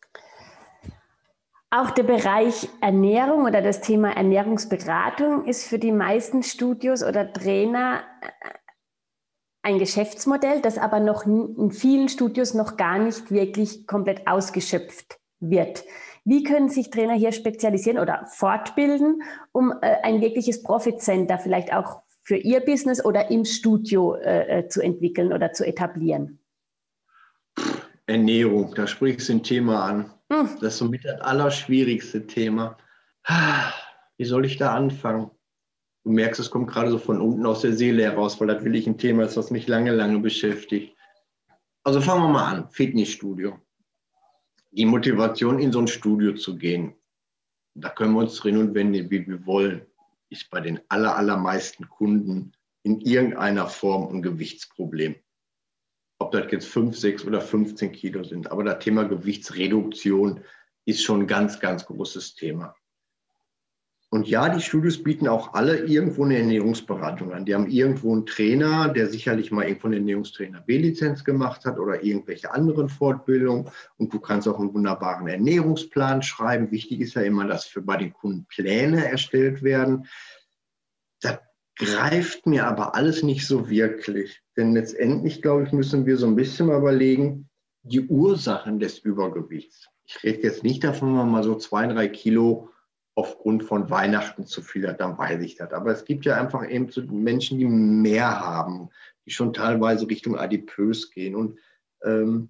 Auch der Bereich Ernährung oder das Thema Ernährungsberatung ist für die meisten Studios oder Trainer ein Geschäftsmodell, das aber noch in vielen Studios noch gar nicht wirklich komplett ausgeschöpft wird. Wie können sich Trainer hier spezialisieren oder fortbilden, um äh, ein wirkliches Profit-Center vielleicht auch für ihr Business oder im Studio äh, zu entwickeln oder zu etablieren?
Ernährung, da sprichst du ein Thema an. Hm. Das ist somit das allerschwierigste Thema. Wie soll ich da anfangen? Du merkst, es kommt gerade so von unten aus der Seele heraus, weil das wirklich ein Thema ist, was mich lange, lange beschäftigt. Also fangen wir mal an, Fitnessstudio. Die Motivation, in so ein Studio zu gehen, da können wir uns drehen und wenden, wie wir wollen, ist bei den aller, allermeisten Kunden in irgendeiner Form ein Gewichtsproblem. Ob das jetzt fünf, sechs oder fünfzehn Kilo sind. Aber das Thema Gewichtsreduktion ist schon ein ganz, ganz großes Thema. Und ja, die Studios bieten auch alle irgendwo eine Ernährungsberatung an. Die haben irgendwo einen Trainer, der sicherlich mal irgendwo eine Ernährungstrainer B-Lizenz gemacht hat oder irgendwelche anderen Fortbildungen. Und du kannst auch einen wunderbaren Ernährungsplan schreiben. Wichtig ist ja immer, dass für bei den Kunden Pläne erstellt werden. Das greift mir aber alles nicht so wirklich. Denn letztendlich, glaube ich, müssen wir so ein bisschen mal überlegen, die Ursachen des Übergewichts. Ich rede jetzt nicht davon, wenn man mal so zwei, drei Kilo aufgrund von Weihnachten zu viel hat, dann weiß ich das. Aber es gibt ja einfach eben so Menschen, die mehr haben, die schon teilweise Richtung adipös gehen. Und ähm,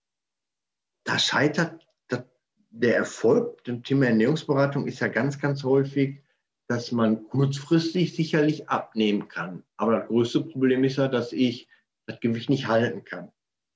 da scheitert das, der Erfolg dem Thema Ernährungsberatung ist ja ganz, ganz häufig, dass man kurzfristig sicherlich abnehmen kann. Aber das größte Problem ist ja, dass ich das Gewicht nicht halten kann.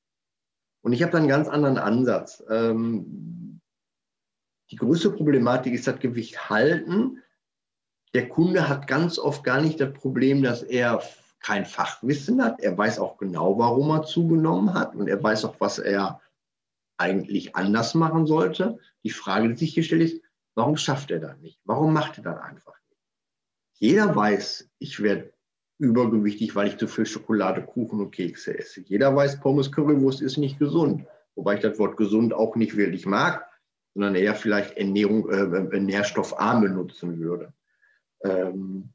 Und ich habe da einen ganz anderen Ansatz. Ähm, Die größte Problematik ist das Gewicht halten. Der Kunde hat ganz oft gar nicht das Problem, dass er kein Fachwissen hat. Er weiß auch genau, warum er zugenommen hat. Und er weiß auch, was er eigentlich anders machen sollte. Die Frage, die sich gestellt ist, warum schafft er das nicht? Warum macht er das einfach nicht? Jeder weiß, ich werde übergewichtig, weil ich zu viel Schokolade, Kuchen und Kekse esse. Jeder weiß, Pommes Currywurst ist nicht gesund. Wobei ich das Wort gesund auch nicht wirklich mag, sondern eher vielleicht Ernährung, äh, nährstoffarm benutzen würde. Ähm,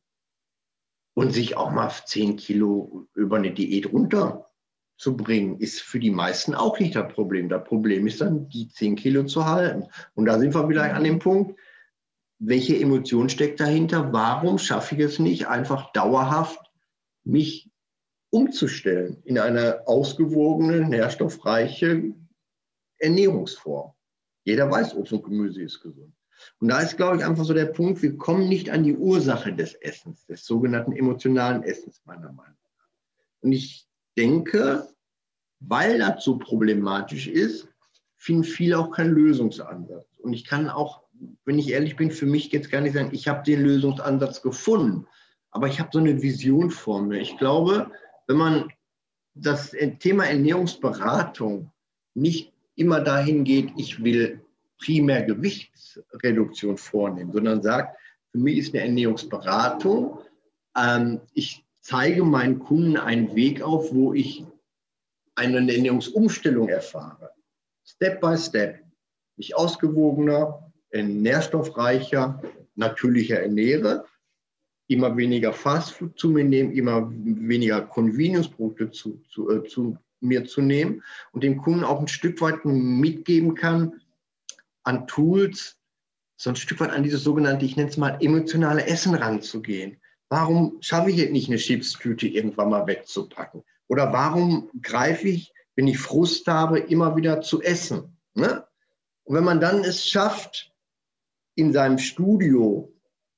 und sich auch mal zehn Kilo über eine Diät runterzubringen, ist für die meisten auch nicht das Problem. Das Problem ist dann, die zehn Kilo zu halten. Und da sind wir wieder an dem Punkt, welche Emotion steckt dahinter? Warum schaffe ich es nicht, einfach dauerhaft mich umzustellen in eine ausgewogene, nährstoffreiche Ernährungsform? Jeder weiß, Obst und Gemüse ist gesund. Und da ist, glaube ich, einfach so der Punkt, wir kommen nicht an die Ursache des Essens, des sogenannten emotionalen Essens, meiner Meinung nach. Und ich denke, weil das so problematisch ist, finden viele auch keinen Lösungsansatz. Und ich kann auch, wenn ich ehrlich bin, für mich jetzt gar nicht sagen, ich habe den Lösungsansatz gefunden. Aber ich habe so eine Vision vor mir. Ich glaube, wenn man das Thema Ernährungsberatung nicht immer dahin geht, ich will primär Gewichtsreduktion vornehmen, sondern sagt, für mich ist eine Ernährungsberatung, ähm, ich zeige meinen Kunden einen Weg auf, wo ich eine Ernährungsumstellung erfahre. Step by Step. Mich ausgewogener, nährstoffreicher, natürlicher ernähre, immer weniger Fastfood zu mir nehmen, immer weniger Convenience-Produkte zu, zu, äh, zu mir zu nehmen und dem Kunden auch ein Stück weit mitgeben kann an Tools, so ein Stück weit an dieses sogenannte, ich nenne es mal, emotionale Essen ranzugehen. Warum schaffe ich jetzt nicht, eine Chipstüte irgendwann mal wegzupacken? Oder warum greife ich, wenn ich Frust habe, immer wieder zu essen? Ne? Und wenn man dann es schafft, in seinem Studio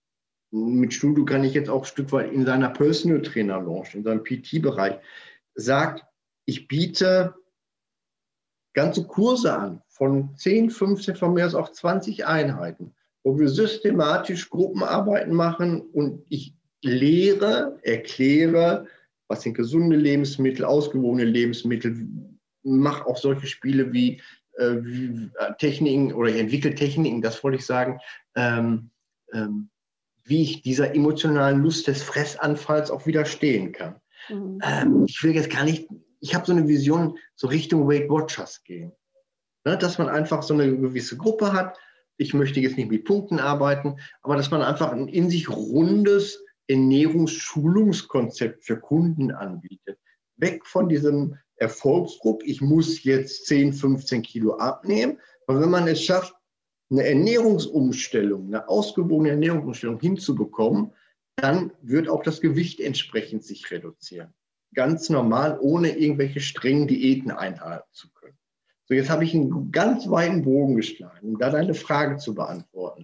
mit Studio kann ich jetzt auch ein Stück weit in seiner Personal Trainer Lounge, in seinem P T-Bereich, sagt, ich biete ganze Kurse an von zehn, fünfzehn, von mir aus auch zwanzig Einheiten, wo wir systematisch Gruppenarbeiten machen und ich lehre, erkläre, was sind gesunde Lebensmittel, ausgewogene Lebensmittel, mache auch solche Spiele wie, äh, wie Techniken oder ich entwickle Techniken, das wollte ich sagen, ähm, ähm, wie ich dieser emotionalen Lust des Fressanfalls auch widerstehen kann. Mhm. Ähm, ich will jetzt gar nicht, ich habe so eine Vision, so Richtung Weight Watchers gehen. Ne, dass man einfach so eine gewisse Gruppe hat. Ich möchte jetzt nicht mit Punkten arbeiten, aber dass man einfach ein in sich rundes Ernährungsschulungskonzept für Kunden anbietet. Weg von diesem Erfolgsdruck, ich muss jetzt zehn, fünfzehn Kilo abnehmen. Aber wenn man es schafft, eine Ernährungsumstellung, eine ausgewogene Ernährungsumstellung hinzubekommen, dann wird auch das Gewicht entsprechend sich reduzieren. Ganz normal, ohne irgendwelche strengen Diäten einhalten zu können. So, jetzt habe ich einen ganz weiten Bogen geschlagen, um da deine Frage zu beantworten.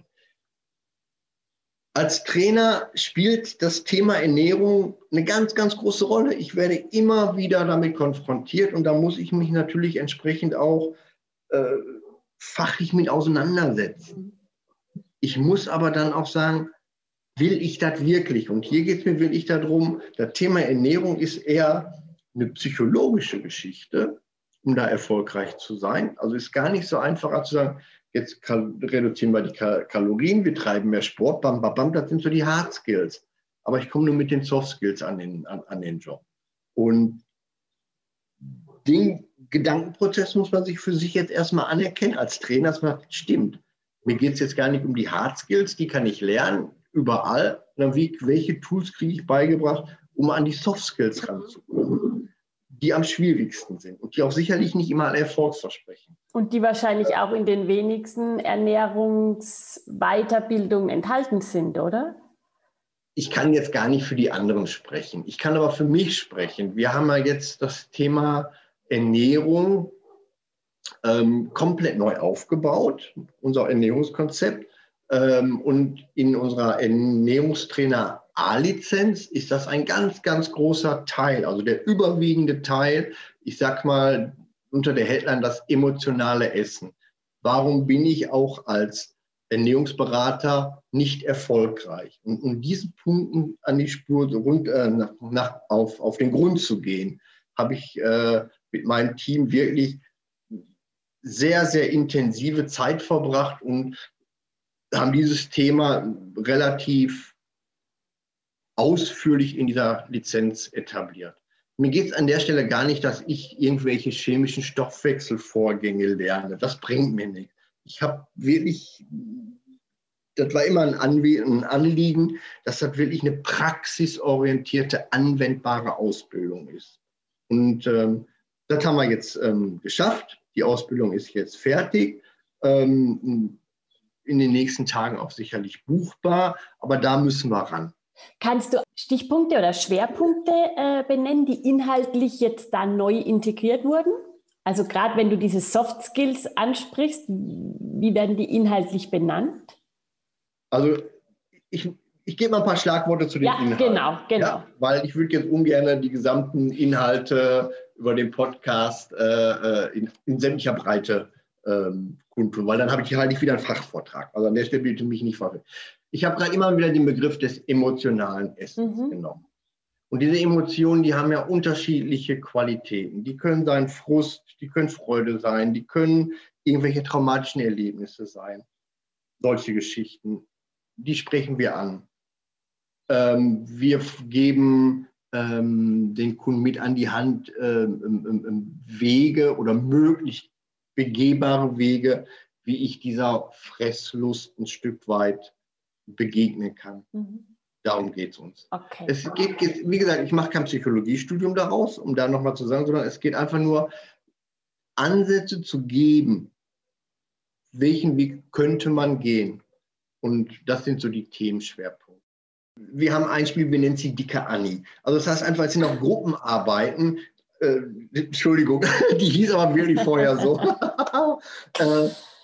Als Trainer spielt das Thema Ernährung eine ganz, ganz große Rolle. Ich werde immer wieder damit konfrontiert und da muss ich mich natürlich entsprechend auch äh, fachlich mit auseinandersetzen. Ich muss aber dann auch sagen, will ich das wirklich? Und hier geht es mir wirklich darum, das Thema Ernährung ist eher eine psychologische Geschichte, um da erfolgreich zu sein. Also ist gar nicht so einfach zu sagen, jetzt reduzieren wir die Kalorien, wir treiben mehr Sport, bam, bam, bam, das sind so die Hard Skills. Aber ich komme nur mit den Soft Skills an den, an, an den Job. Und den Gedankenprozess muss man sich für sich jetzt erstmal anerkennen als Trainer, dass man sagt, stimmt, mir geht es jetzt gar nicht um die Hard Skills, die kann ich lernen, überall. Dann wie, welche Tools kriege ich beigebracht, um an die Soft Skills ranzukommen, die am schwierigsten sind und die auch sicherlich nicht immer erfolgsversprechen.
Und die wahrscheinlich auch in den wenigsten Ernährungsweiterbildungen enthalten sind, oder?
Ich kann jetzt gar nicht für die anderen sprechen. Ich kann aber für mich sprechen. Wir haben ja jetzt das Thema Ernährung ähm, komplett neu aufgebaut, unser Ernährungskonzept. Ähm, und in unserer Ernährungstrainer A-Lizenz ist das ein ganz, ganz großer Teil, also der überwiegende Teil, ich sag mal unter der Headline das emotionale Essen. Warum bin ich auch als Ernährungsberater nicht erfolgreich? Und um diesen Punkten an die Spur rund, äh, nach, nach, auf, auf den Grund zu gehen, habe ich äh, mit meinem Team wirklich sehr, sehr intensive Zeit verbracht und haben dieses Thema relativ ausführlich in dieser Lizenz etabliert. Mir geht es an der Stelle gar nicht, dass ich irgendwelche chemischen Stoffwechselvorgänge lerne. Das bringt mir nichts. Ich habe wirklich, das war immer ein Anliegen, dass das wirklich eine praxisorientierte, anwendbare Ausbildung ist. Und ähm, das haben wir jetzt ähm, geschafft. Die Ausbildung ist jetzt fertig. Ähm, in den nächsten Tagen auch sicherlich buchbar, aber da müssen wir ran.
Kannst du Stichpunkte oder Schwerpunkte äh, benennen, die inhaltlich jetzt da neu integriert wurden? Also gerade wenn du diese Soft Skills ansprichst, wie werden die inhaltlich benannt?
Also ich, ich gebe mal ein paar Schlagworte zu den
ja,
Inhalten.
Genau, genau.
Ja, weil ich würde jetzt ungern die gesamten Inhalte über den Podcast äh, in, in sämtlicher Breite ähm, kundtun, weil dann habe ich halt nicht wieder einen Fachvortrag. Also an der Stelle bitte mich nicht verwirren. Ich habe gerade immer wieder den Begriff des emotionalen Essens mhm. genommen. Und diese Emotionen, die haben ja unterschiedliche Qualitäten. Die können sein Frust, die können Freude sein, die können irgendwelche traumatischen Erlebnisse sein. Solche Geschichten, die sprechen wir an. Ähm, wir geben ähm, den Kunden mit an die Hand ähm, ähm, Wege oder möglich begehbare Wege, wie ich dieser Fresslust ein Stück weit begegnen kann. Mhm. Darum geht es uns. Okay. Es geht, wie gesagt, ich mache kein Psychologiestudium daraus, um da nochmal zu sagen, sondern es geht einfach nur, Ansätze zu geben, welchen Weg könnte man gehen. Und das sind so die Themenschwerpunkte. Wir haben ein Spiel, wir nennen sie Dicke Anni. Also das heißt einfach, es sind auch Gruppenarbeiten. Äh, Entschuldigung, die hieß aber wirklich vorher so. äh,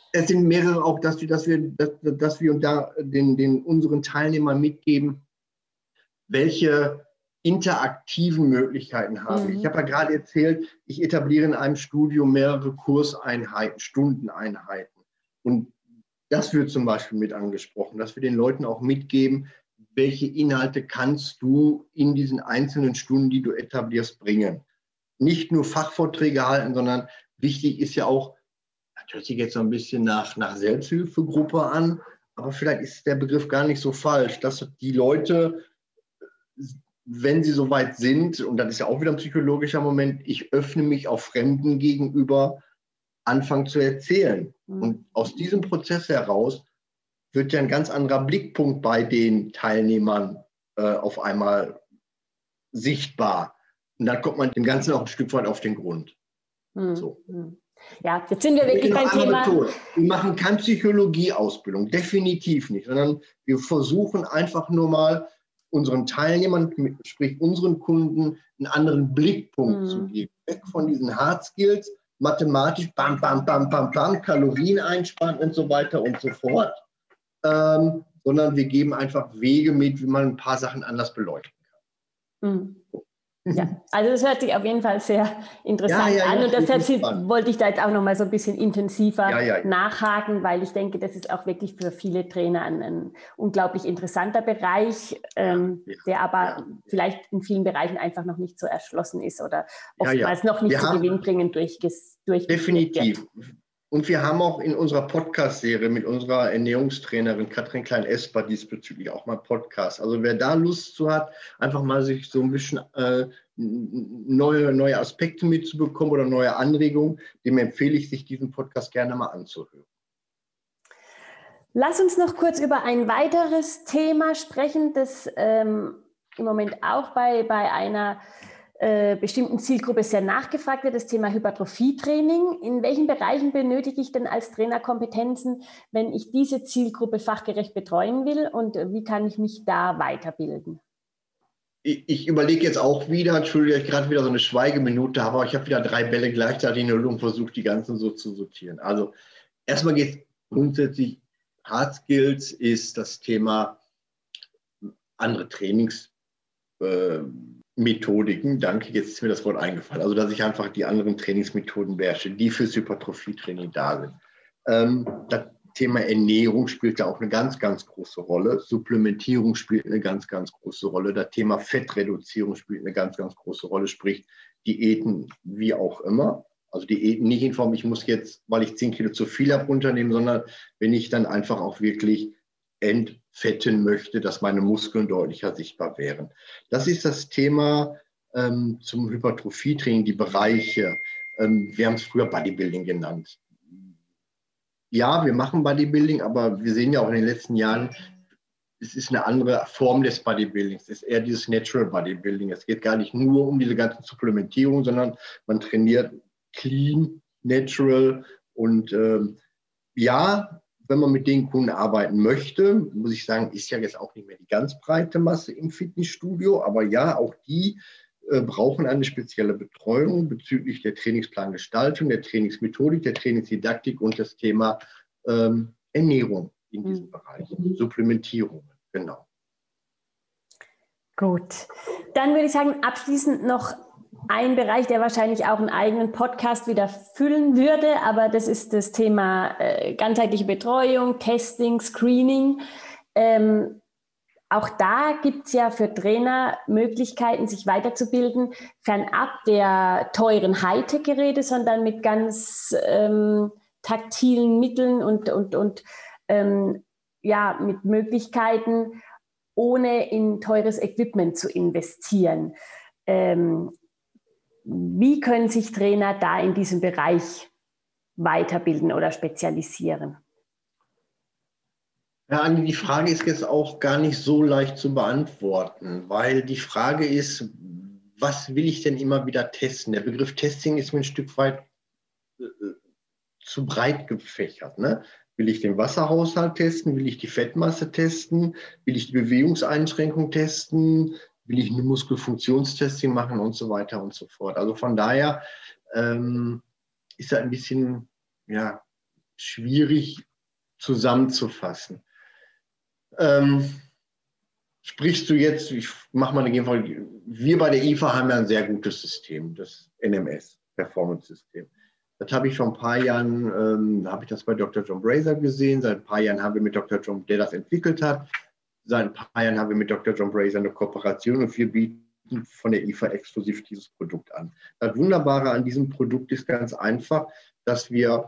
Es sind mehrere auch, dass wir, dass wir, dass, dass wir da den, den unseren Teilnehmern mitgeben, welche interaktiven Möglichkeiten habe ich.
Mhm.
Ich habe ja gerade erzählt, ich etabliere in einem Studio mehrere Kurseinheiten, Stundeneinheiten. Und das wird zum Beispiel mit angesprochen, dass wir den Leuten auch mitgeben, welche Inhalte kannst du in diesen einzelnen Stunden, die du etablierst, bringen. Nicht nur Fachvorträge halten, sondern wichtig ist ja auch, das hört sich jetzt so ein bisschen nach, nach Selbsthilfegruppe an, aber vielleicht ist der Begriff gar nicht so falsch, dass die Leute, wenn sie soweit sind, und das ist ja auch wieder ein psychologischer Moment, ich öffne mich auch Fremden gegenüber, anfangen zu erzählen. Mhm. Und aus diesem Prozess heraus wird ja ein ganz anderer Blickpunkt bei den Teilnehmern äh, auf einmal sichtbar. Und dann kommt man dem Ganzen auch ein Stück weit auf den Grund.
Mhm.
So.
Ja, jetzt sind wir wirklich beim Thema.
Betont. Wir machen keine Psychologieausbildung, definitiv nicht, sondern wir versuchen einfach nur mal unseren Teilnehmern, sprich unseren Kunden, einen anderen Blickpunkt mhm. zu geben. Weg von diesen Hard Skills, mathematisch, bam, bam, bam, bam, bam, Kalorien einsparen und so weiter und so fort, ähm, sondern wir geben einfach Wege mit, wie man ein paar Sachen anders beleuchten kann.
Mhm. Ja, also das hört sich auf jeden Fall sehr interessant
ja, ja,
an
ja,
und deshalb sind, wollte ich da jetzt auch noch mal so ein bisschen intensiver
ja, ja, ja.
nachhaken, weil ich denke, das ist auch wirklich für viele Trainer ein, ein unglaublich interessanter Bereich, ähm, ja, der aber ja. vielleicht in vielen Bereichen einfach noch nicht so erschlossen ist oder oftmals ja, ja. noch nicht wir so haben, gewinnbringend durchgeführt wird.
Definitiv. Und wir haben auch in unserer Podcast-Serie mit unserer Ernährungstrainerin Katrin Klein-Esper diesbezüglich auch mal Podcast. Also wer da Lust zu hat, einfach mal sich so ein bisschen äh, neue, neue Aspekte mitzubekommen oder neue Anregungen, dem empfehle ich, sich diesen Podcast gerne mal anzuhören.
Lass uns noch kurz über ein weiteres Thema sprechen, das ähm, im Moment auch bei, bei einer Äh, bestimmten Zielgruppe sehr nachgefragt wird, das Thema Hypertrophietraining. In welchen Bereichen benötige ich denn als Trainer Kompetenzen, wenn ich diese Zielgruppe fachgerecht betreuen will und wie kann ich mich da weiterbilden?
Ich, ich überlege jetzt auch wieder, Entschuldigung, dass ich gerade wieder so eine Schweigeminute habe, aber ich habe wieder drei Bälle gleichzeitig in der Luft und versuche, die ganzen so zu sortieren. Also erstmal geht es grundsätzlich, Hard Skills ist das Thema andere Trainings äh, Methodiken, danke, jetzt ist mir das Wort eingefallen, also dass ich einfach die anderen Trainingsmethoden beherrsche, die fürs Hypertrophietraining da sind. Ähm, das Thema Ernährung spielt da auch eine ganz, ganz große Rolle. Supplementierung spielt eine ganz, ganz große Rolle. Das Thema Fettreduzierung spielt eine ganz, ganz große Rolle, sprich Diäten wie auch immer. Also Diäten nicht in Form, ich muss jetzt, weil ich zehn Kilo zu viel habe, runternehmen, sondern wenn ich dann einfach auch wirklich entfetten möchte, dass meine Muskeln deutlicher sichtbar wären. Das ist das Thema ähm, zum Hypertrophietraining, die Bereiche. Ähm, wir haben es früher Bodybuilding genannt. Ja, wir machen Bodybuilding, aber wir sehen ja auch in den letzten Jahren, es ist eine andere Form des Bodybuildings. Es ist eher dieses Natural Bodybuilding. Es geht gar nicht nur um diese ganze Supplementierung, sondern man trainiert clean, natural und ähm, ja, wenn man mit den Kunden arbeiten möchte, muss ich sagen, ist ja jetzt auch nicht mehr die ganz breite Masse im Fitnessstudio, aber ja, auch die äh, brauchen eine spezielle Betreuung bezüglich der Trainingsplangestaltung, der Trainingsmethodik, der Trainingsdidaktik und das Thema ähm, Ernährung in diesem mhm. Bereich, Supplementierung, genau.
Gut, dann würde ich sagen, abschließend noch ein Bereich, der wahrscheinlich auch einen eigenen Podcast wieder füllen würde, aber das ist das Thema äh, ganzheitliche Betreuung, Testing, Screening. Ähm, auch da gibt es ja für Trainer Möglichkeiten, sich weiterzubilden, fernab der teuren Hightech-Geräte, sondern mit ganz ähm, taktilen Mitteln und, und, und ähm, ja, mit Möglichkeiten, ohne in teures Equipment zu investieren. Ähm, Wie können sich Trainer da in diesem Bereich weiterbilden oder spezialisieren?
Ja, Andi, die Frage ist jetzt auch gar nicht so leicht zu beantworten, weil die Frage ist, was will ich denn immer wieder testen? Der Begriff Testing ist mir ein Stück weit äh, zu breit gefächert. Ne? Will ich den Wasserhaushalt testen? Will ich die Fettmasse testen? Will ich die Bewegungseinschränkung testen? Will ich eine Muskelfunktionstesting machen und so weiter und so fort. Also von daher ähm, ist da ein bisschen ja, schwierig zusammenzufassen. Ähm, sprichst du jetzt, ich mache mal eine Gegenfrage, wir bei der I F A haben ja ein sehr gutes System, das N M S, Performance-System. Das habe ich vor ein paar Jahren, ähm, habe ich das bei Doktor John Brazer gesehen. Seit ein paar Jahren haben wir mit Doktor John, der das entwickelt hat, seit ein paar Jahren haben wir mit Doktor John Brazer eine Kooperation und wir bieten von der I F A exklusiv dieses Produkt an. Das Wunderbare an diesem Produkt ist ganz einfach, dass wir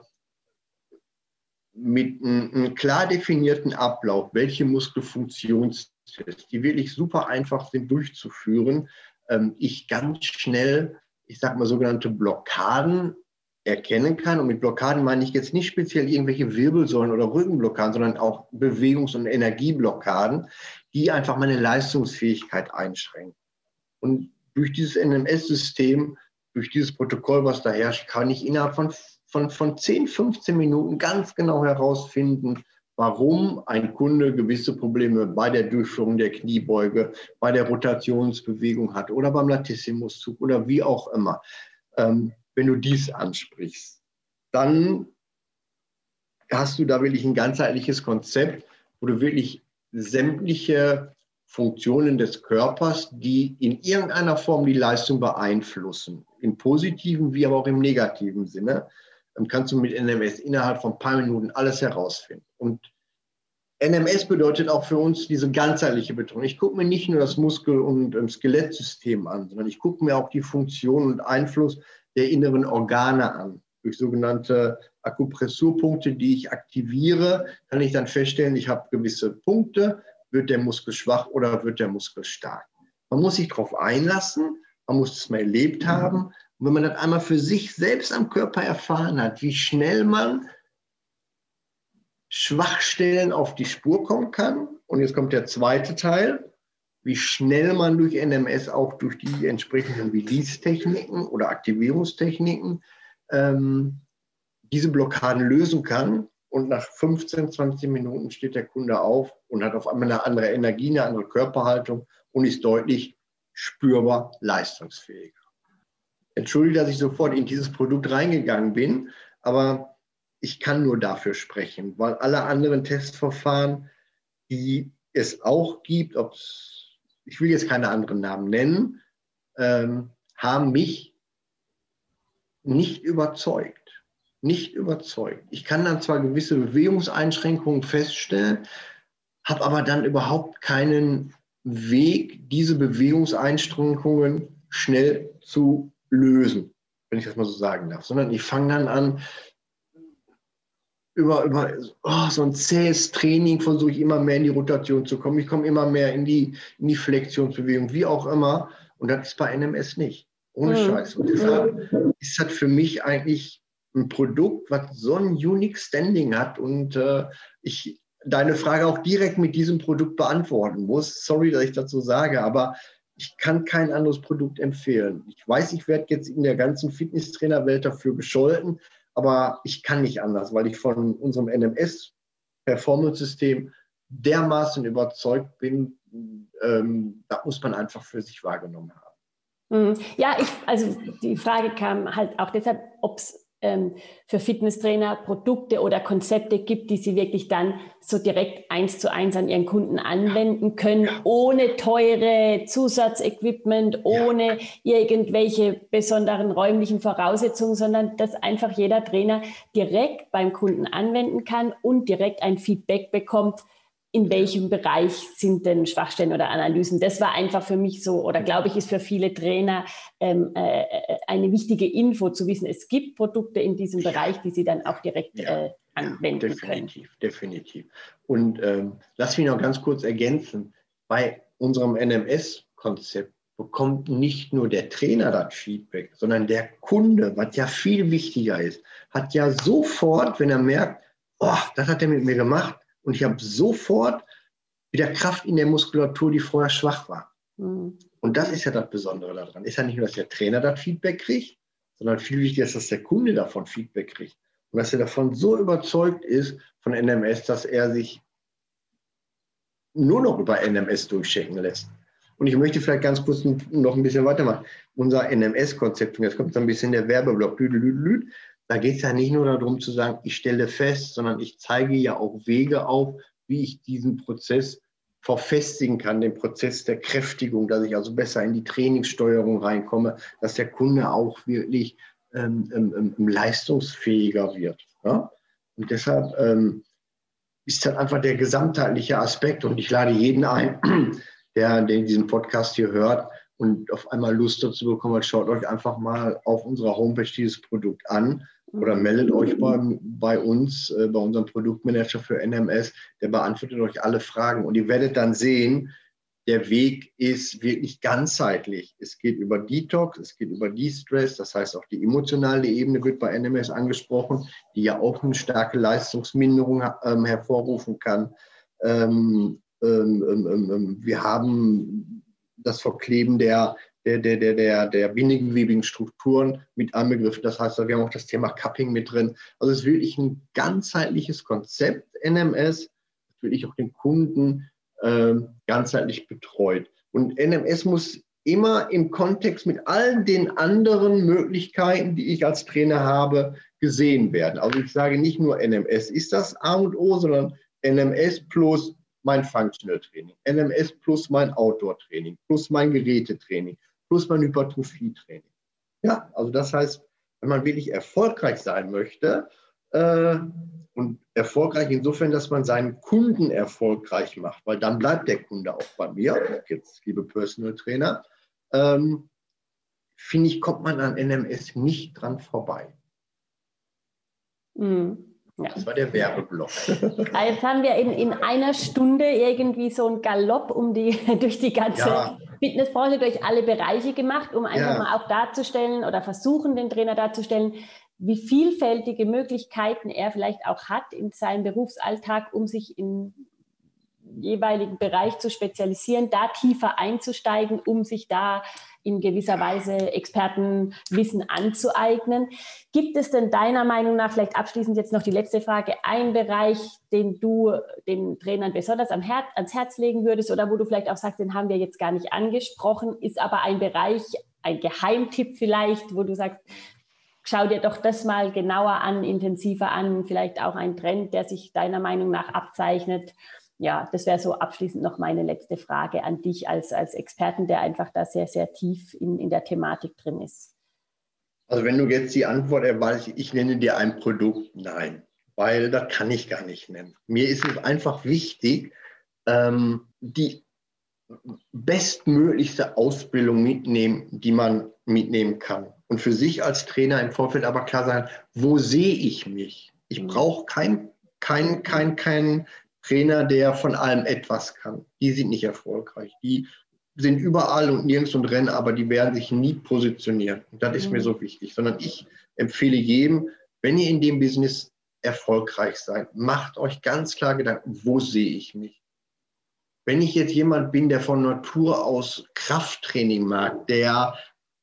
mit einem klar definierten Ablauf, welche Muskelfunktionstests, die wirklich super einfach sind durchzuführen, ähm, ich ganz schnell, ich sage mal, sogenannte Blockaden erkennen kann. Und mit Blockaden meine ich jetzt nicht speziell irgendwelche Wirbelsäulen oder Rückenblockaden, sondern auch Bewegungs- und Energieblockaden, die einfach meine Leistungsfähigkeit einschränken. Und durch dieses N M S-System, durch dieses Protokoll, was da herrscht, kann ich innerhalb von, von, von zehn, fünfzehn Minuten ganz genau herausfinden, warum ein Kunde gewisse Probleme bei der Durchführung der Kniebeuge, bei der Rotationsbewegung hat oder beim Latissimuszug oder wie auch immer. Ähm, wenn du dies ansprichst, dann hast du da wirklich ein ganzheitliches Konzept, wo du wirklich sämtliche Funktionen des Körpers, die in irgendeiner Form die Leistung beeinflussen, im positiven wie aber auch im negativen Sinne, dann kannst du mit N M S innerhalb von ein paar Minuten alles herausfinden. Und N M S bedeutet auch für uns diese ganzheitliche Betrachtung. Ich gucke mir nicht nur das Muskel- und ähm, Skelettsystem an, sondern ich gucke mir auch die Funktion und Einfluss der inneren Organe an. Durch sogenannte Akupressurpunkte, die ich aktiviere, kann ich dann feststellen, ich habe gewisse Punkte, wird der Muskel schwach oder wird der Muskel stark. Man muss sich darauf einlassen, man muss es mal erlebt haben. Und wenn man das einmal für sich selbst am Körper erfahren hat, wie schnell man Schwachstellen auf die Spur kommen kann, und jetzt kommt der zweite Teil, wie schnell man durch N M S auch durch die entsprechenden Release-Techniken oder Aktivierungstechniken ähm, diese Blockaden lösen kann. Und nach fünfzehn, zwanzig Minuten steht der Kunde auf und hat auf einmal eine andere Energie, eine andere Körperhaltung und ist deutlich spürbar leistungsfähiger. Entschuldige, dass ich sofort in dieses Produkt reingegangen bin, aber ich kann nur dafür sprechen, weil alle anderen Testverfahren, die es auch gibt, ob's, ich will jetzt keine anderen Namen nennen, ähm, haben mich nicht überzeugt. Nicht überzeugt. Ich kann dann zwar gewisse Bewegungseinschränkungen feststellen, habe aber dann überhaupt keinen Weg, diese Bewegungseinschränkungen schnell zu lösen, wenn ich das mal so sagen darf, sondern ich fange dann an, über, über oh, so ein zähes Training versuche ich immer mehr in die Rotation zu kommen. Ich komme immer mehr in die, in die Flexionsbewegung, wie auch immer. Und das ist bei N M S nicht. Ohne mhm. Scheiß. Und deshalb ist das für mich eigentlich ein Produkt, was so ein unique Standing hat und äh, ich deine Frage auch direkt mit diesem Produkt beantworten muss. Sorry, dass ich dazu sage, aber ich kann kein anderes Produkt empfehlen. Ich weiß, ich werde jetzt in der ganzen Fitnesstrainerwelt dafür gescholten, aber ich kann nicht anders, weil ich von unserem N M S-Performance-System dermaßen überzeugt bin, ähm, da muss man einfach für sich wahrgenommen haben.
Ja, ich, also die Frage kam halt auch deshalb, ob es ähm, für Fitnesstrainer Produkte oder Konzepte gibt, die sie wirklich dann so direkt eins zu eins an ihren Kunden anwenden können, ja. ohne teure Zusatzequipment, ohne ja. irgendwelche besonderen räumlichen Voraussetzungen, sondern dass einfach jeder Trainer direkt beim Kunden anwenden kann und direkt ein Feedback bekommt, in welchem Bereich sind denn Schwachstellen oder Analysen. Das war einfach für mich so, oder glaube ich, ist für viele Trainer ähm, äh, eine wichtige Info zu wissen, es gibt Produkte in diesem Bereich, die sie dann auch direkt ja, äh, anwenden
definitiv,
können.
Definitiv, definitiv. Und ähm, lass mich noch ganz kurz ergänzen, bei unserem N M S-Konzept bekommt nicht nur der Trainer das Feedback, sondern der Kunde, was ja viel wichtiger ist, hat ja sofort, wenn er merkt, oh, das hat er mit mir gemacht, und ich habe sofort wieder Kraft in der Muskulatur, die vorher schwach war. Mhm. Und das ist ja das Besondere daran. Ist ja nicht nur, dass der Trainer das Feedback kriegt, sondern viel wichtiger ist, dass der Kunde davon Feedback kriegt. Und dass er davon so überzeugt ist von N M S, dass er sich nur noch über N M S durchchecken lässt. Und ich möchte vielleicht ganz kurz noch ein bisschen weitermachen. Unser N M S-Konzept, und jetzt kommt so ein bisschen der Werbeblock, da geht es ja nicht nur darum zu sagen, ich stelle fest, sondern ich zeige ja auch Wege auf, wie ich diesen Prozess verfestigen kann, den Prozess der Kräftigung, dass ich also besser in die Trainingssteuerung reinkomme, dass der Kunde auch wirklich ähm, ähm, ähm, leistungsfähiger wird. Ja? Und deshalb ähm, ist das einfach der gesamtheitliche Aspekt. Und ich lade jeden ein, der, der diesen Podcast hier hört und auf einmal Lust dazu bekommt, schaut euch einfach mal auf unserer Homepage dieses Produkt an oder meldet euch bei, bei uns, äh, bei unserem Produktmanager für N M S, der beantwortet euch alle Fragen. Und ihr werdet dann sehen, der Weg ist wirklich ganzheitlich. Es geht über Detox, es geht über De-Stress, das heißt auch die emotionale Ebene wird bei N M S angesprochen, die ja auch eine starke Leistungsminderung ähm, hervorrufen kann. Ähm, ähm, ähm, ähm, wir haben das Verkleben der, der, der, der, der, der bindegewebigen Strukturen mit anbegriffen. Das heißt, wir haben auch das Thema Cupping mit drin. Also es ist wirklich ein ganzheitliches Konzept N M S, das wirklich auch den Kunden ganzheitlich betreut. Und N M S muss immer im Kontext mit all den anderen Möglichkeiten, die ich als Trainer habe, gesehen werden. Also ich sage nicht nur N M S ist das A und O, sondern N M S plus mein Functional Training, N M S plus mein Outdoor Training, plus mein Gerätetraining, plus mein Hypertrophie-Training. Ja, also das heißt, wenn man wirklich erfolgreich sein möchte, äh, und erfolgreich insofern, dass man seinen Kunden erfolgreich macht, weil dann bleibt der Kunde auch bei mir, jetzt liebe Personal Trainer, ähm, finde ich, kommt man an N M S nicht dran vorbei.
Mm, ja.
Das war der Werbeblock.
Jetzt haben wir in, in einer Stunde irgendwie so einen Galopp um die, durch die ganze ja. Fitnessbranche, durch alle Bereiche gemacht, um einfach ja. mal auch darzustellen oder versuchen, den Trainer darzustellen, wie vielfältige Möglichkeiten er vielleicht auch hat in seinem Berufsalltag, um sich im jeweiligen Bereich zu spezialisieren, da tiefer einzusteigen, um sich da in gewisser Weise Expertenwissen anzueignen. Gibt es denn deiner Meinung nach, vielleicht abschließend jetzt noch die letzte Frage, einen Bereich, den du den Trainern besonders am Herz, ans Herz legen würdest oder wo du vielleicht auch sagst, den haben wir jetzt gar nicht angesprochen, ist aber ein Bereich, ein Geheimtipp vielleicht, wo du sagst, schau dir doch das mal genauer an, intensiver an, vielleicht auch ein Trend, der sich deiner Meinung nach abzeichnet. Ja, das wäre so abschließend noch meine letzte Frage an dich als, als Experten, der einfach da sehr, sehr tief in, in der Thematik drin ist.
Also wenn du jetzt die Antwort erwartest, ich nenne dir ein Produkt, nein, weil das kann ich gar nicht nennen. Mir ist es einfach wichtig, ähm, die bestmöglichste Ausbildung mitnehmen, die man mitnehmen kann. Und für sich als Trainer im Vorfeld aber klar sein, wo sehe ich mich? Ich brauche keinen kein, kein, kein Trainer, der von allem etwas kann. Die sind nicht erfolgreich. Die sind überall und nirgends und rennen, aber die werden sich nie positionieren. Und das ist mhm. mir so wichtig. Sondern ich empfehle jedem, wenn ihr in dem Business erfolgreich seid, macht euch ganz klar Gedanken, wo sehe ich mich? Wenn ich jetzt jemand bin, der von Natur aus Krafttraining mag, der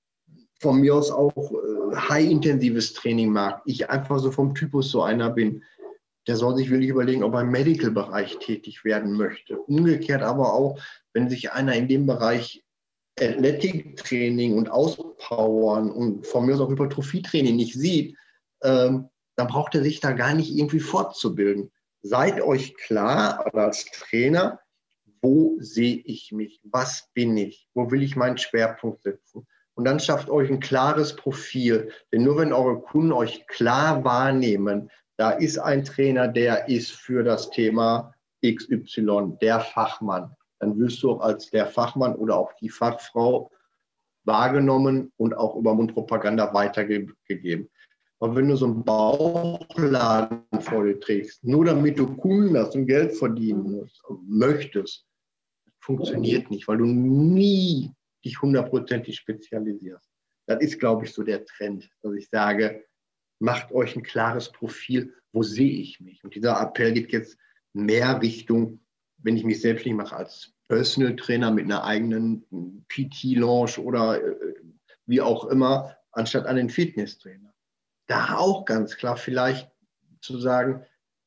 von mir aus auch äh, high-intensives Training mag, ich einfach so vom Typus so einer bin, der soll sich wirklich überlegen, ob er im Medical-Bereich tätig werden möchte. Umgekehrt aber auch, wenn sich einer in dem Bereich Athletic-Training und Auspowern und von mir aus auch Hypertrophie-Training nicht sieht, ähm, dann braucht er sich da gar nicht irgendwie fortzubilden. Seid euch klar, oder als Trainer, wo sehe ich mich? Was bin ich? Wo will ich meinen Schwerpunkt setzen? Und dann schafft euch ein klares Profil. Denn nur wenn eure Kunden euch klar wahrnehmen, da ist ein Trainer, der ist für das Thema X Y, der Fachmann, dann wirst du auch als der Fachmann oder auch die Fachfrau wahrgenommen und auch über Mundpropaganda weitergegeben. Aber wenn du so einen Bauchladen vor dir trägst, nur damit du Kunden hast und Geld verdienen musst, möchtest, funktioniert nicht, weil du nie dich hundertprozentig spezialisierst. Das ist, glaube ich, so der Trend, dass ich sage, macht euch ein klares Profil, wo sehe ich mich? Und dieser Appell geht jetzt mehr Richtung, wenn ich mich selbstständig mache als Personal Trainer mit einer eigenen P T-Lounge oder äh, wie auch immer, anstatt an den Fitnesstrainer. Da auch ganz klar vielleicht zu sagen,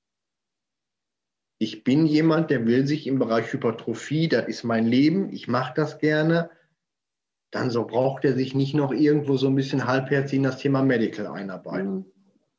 ich bin jemand, der will sich im Bereich Hypertrophie, das ist mein Leben, ich mache das gerne, dann so braucht er sich nicht noch irgendwo so ein bisschen halbherzig in das Thema Medical einarbeiten. Mhm.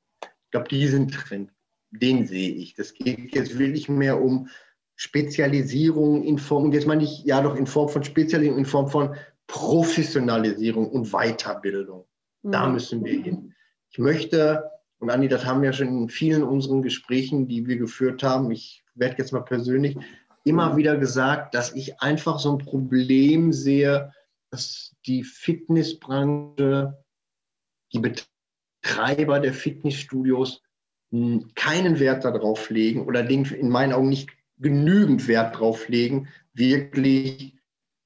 glaube, diesen Trend, den sehe ich. Das geht jetzt wirklich mehr um Spezialisierung in Form, und jetzt meine ich ja doch in Form von Spezialisierung, in Form von Professionalisierung und Weiterbildung. Mhm. Da müssen wir hin. Ich möchte, und Anni, das haben wir ja schon in vielen unseren Gesprächen, die wir geführt haben, ich werde jetzt mal persönlich, immer wieder gesagt, dass ich einfach so ein Problem sehe, dass die Fitnessbranche, die Betreiber der Fitnessstudios keinen Wert darauf legen oder in meinen Augen nicht genügend Wert darauf legen, wirklich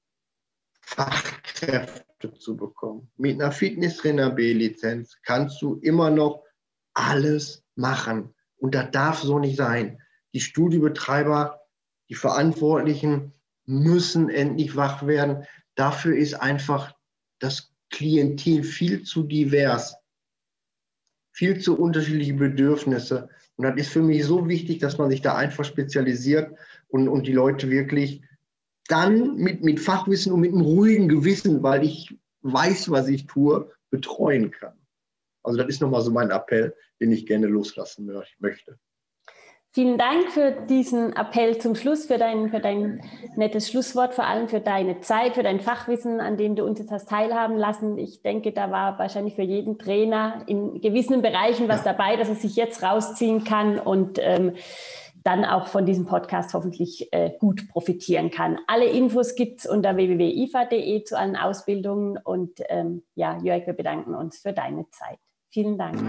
Fachkräfte zu bekommen. Mit einer Fitnesstrainer B-Lizenz kannst du immer noch alles machen. Und das darf so nicht sein. Die Studiobetreiber, die Verantwortlichen müssen endlich wach werden. Dafür ist einfach das Klientel viel zu divers, viel zu unterschiedliche Bedürfnisse. Und das ist für mich so wichtig, dass man sich da einfach spezialisiert und, und die Leute wirklich dann mit, mit Fachwissen und mit einem ruhigen Gewissen, weil ich weiß, was ich tue, betreuen kann. Also das ist nochmal so mein Appell, den ich gerne loslassen möchte.
Vielen Dank für diesen Appell zum Schluss, für dein, für dein nettes Schlusswort, vor allem für deine Zeit, für dein Fachwissen, an dem du uns jetzt hast teilhaben lassen. Ich denke, da war wahrscheinlich für jeden Trainer in gewissen Bereichen was dabei, dass er sich jetzt rausziehen kann und ähm, dann auch von diesem Podcast hoffentlich äh, gut profitieren kann. Alle Infos gibt es unter w w w punkt i f a punkt d e zu allen Ausbildungen und ähm, ja, Jörg, wir bedanken uns für deine Zeit. Vielen Dank.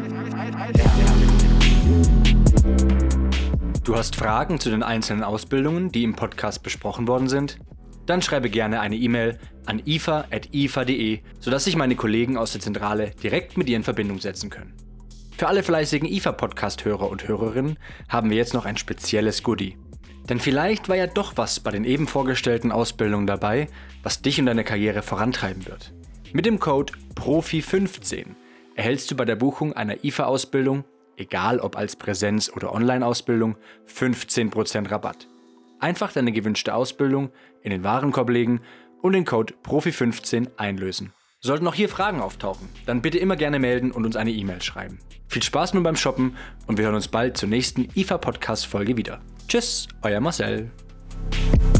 Du hast Fragen zu den einzelnen Ausbildungen, die im Podcast besprochen worden sind? Dann schreibe gerne eine E-Mail an i f a punkt i f a punkt d e, sodass sich meine Kollegen aus der Zentrale direkt mit dir in Verbindung setzen können. Für alle fleißigen I F A-Podcast-Hörer und Hörerinnen haben wir jetzt noch ein spezielles Goodie. Denn vielleicht war ja doch was bei den eben vorgestellten Ausbildungen dabei, was dich und deine Karriere vorantreiben wird. Mit dem Code Profi fünfzehn erhältst du bei der Buchung einer I F A-Ausbildung, egal ob als Präsenz- oder Online-Ausbildung, fünfzehn Prozent Rabatt. Einfach deine gewünschte Ausbildung in den Warenkorb legen und den Code Profi fünfzehn einlösen. Sollten auch hier Fragen auftauchen, dann bitte immer gerne melden und uns eine E-Mail schreiben. Viel Spaß nun beim Shoppen und wir hören uns bald zur nächsten I F A-Podcast-Folge wieder. Tschüss, euer Marcel.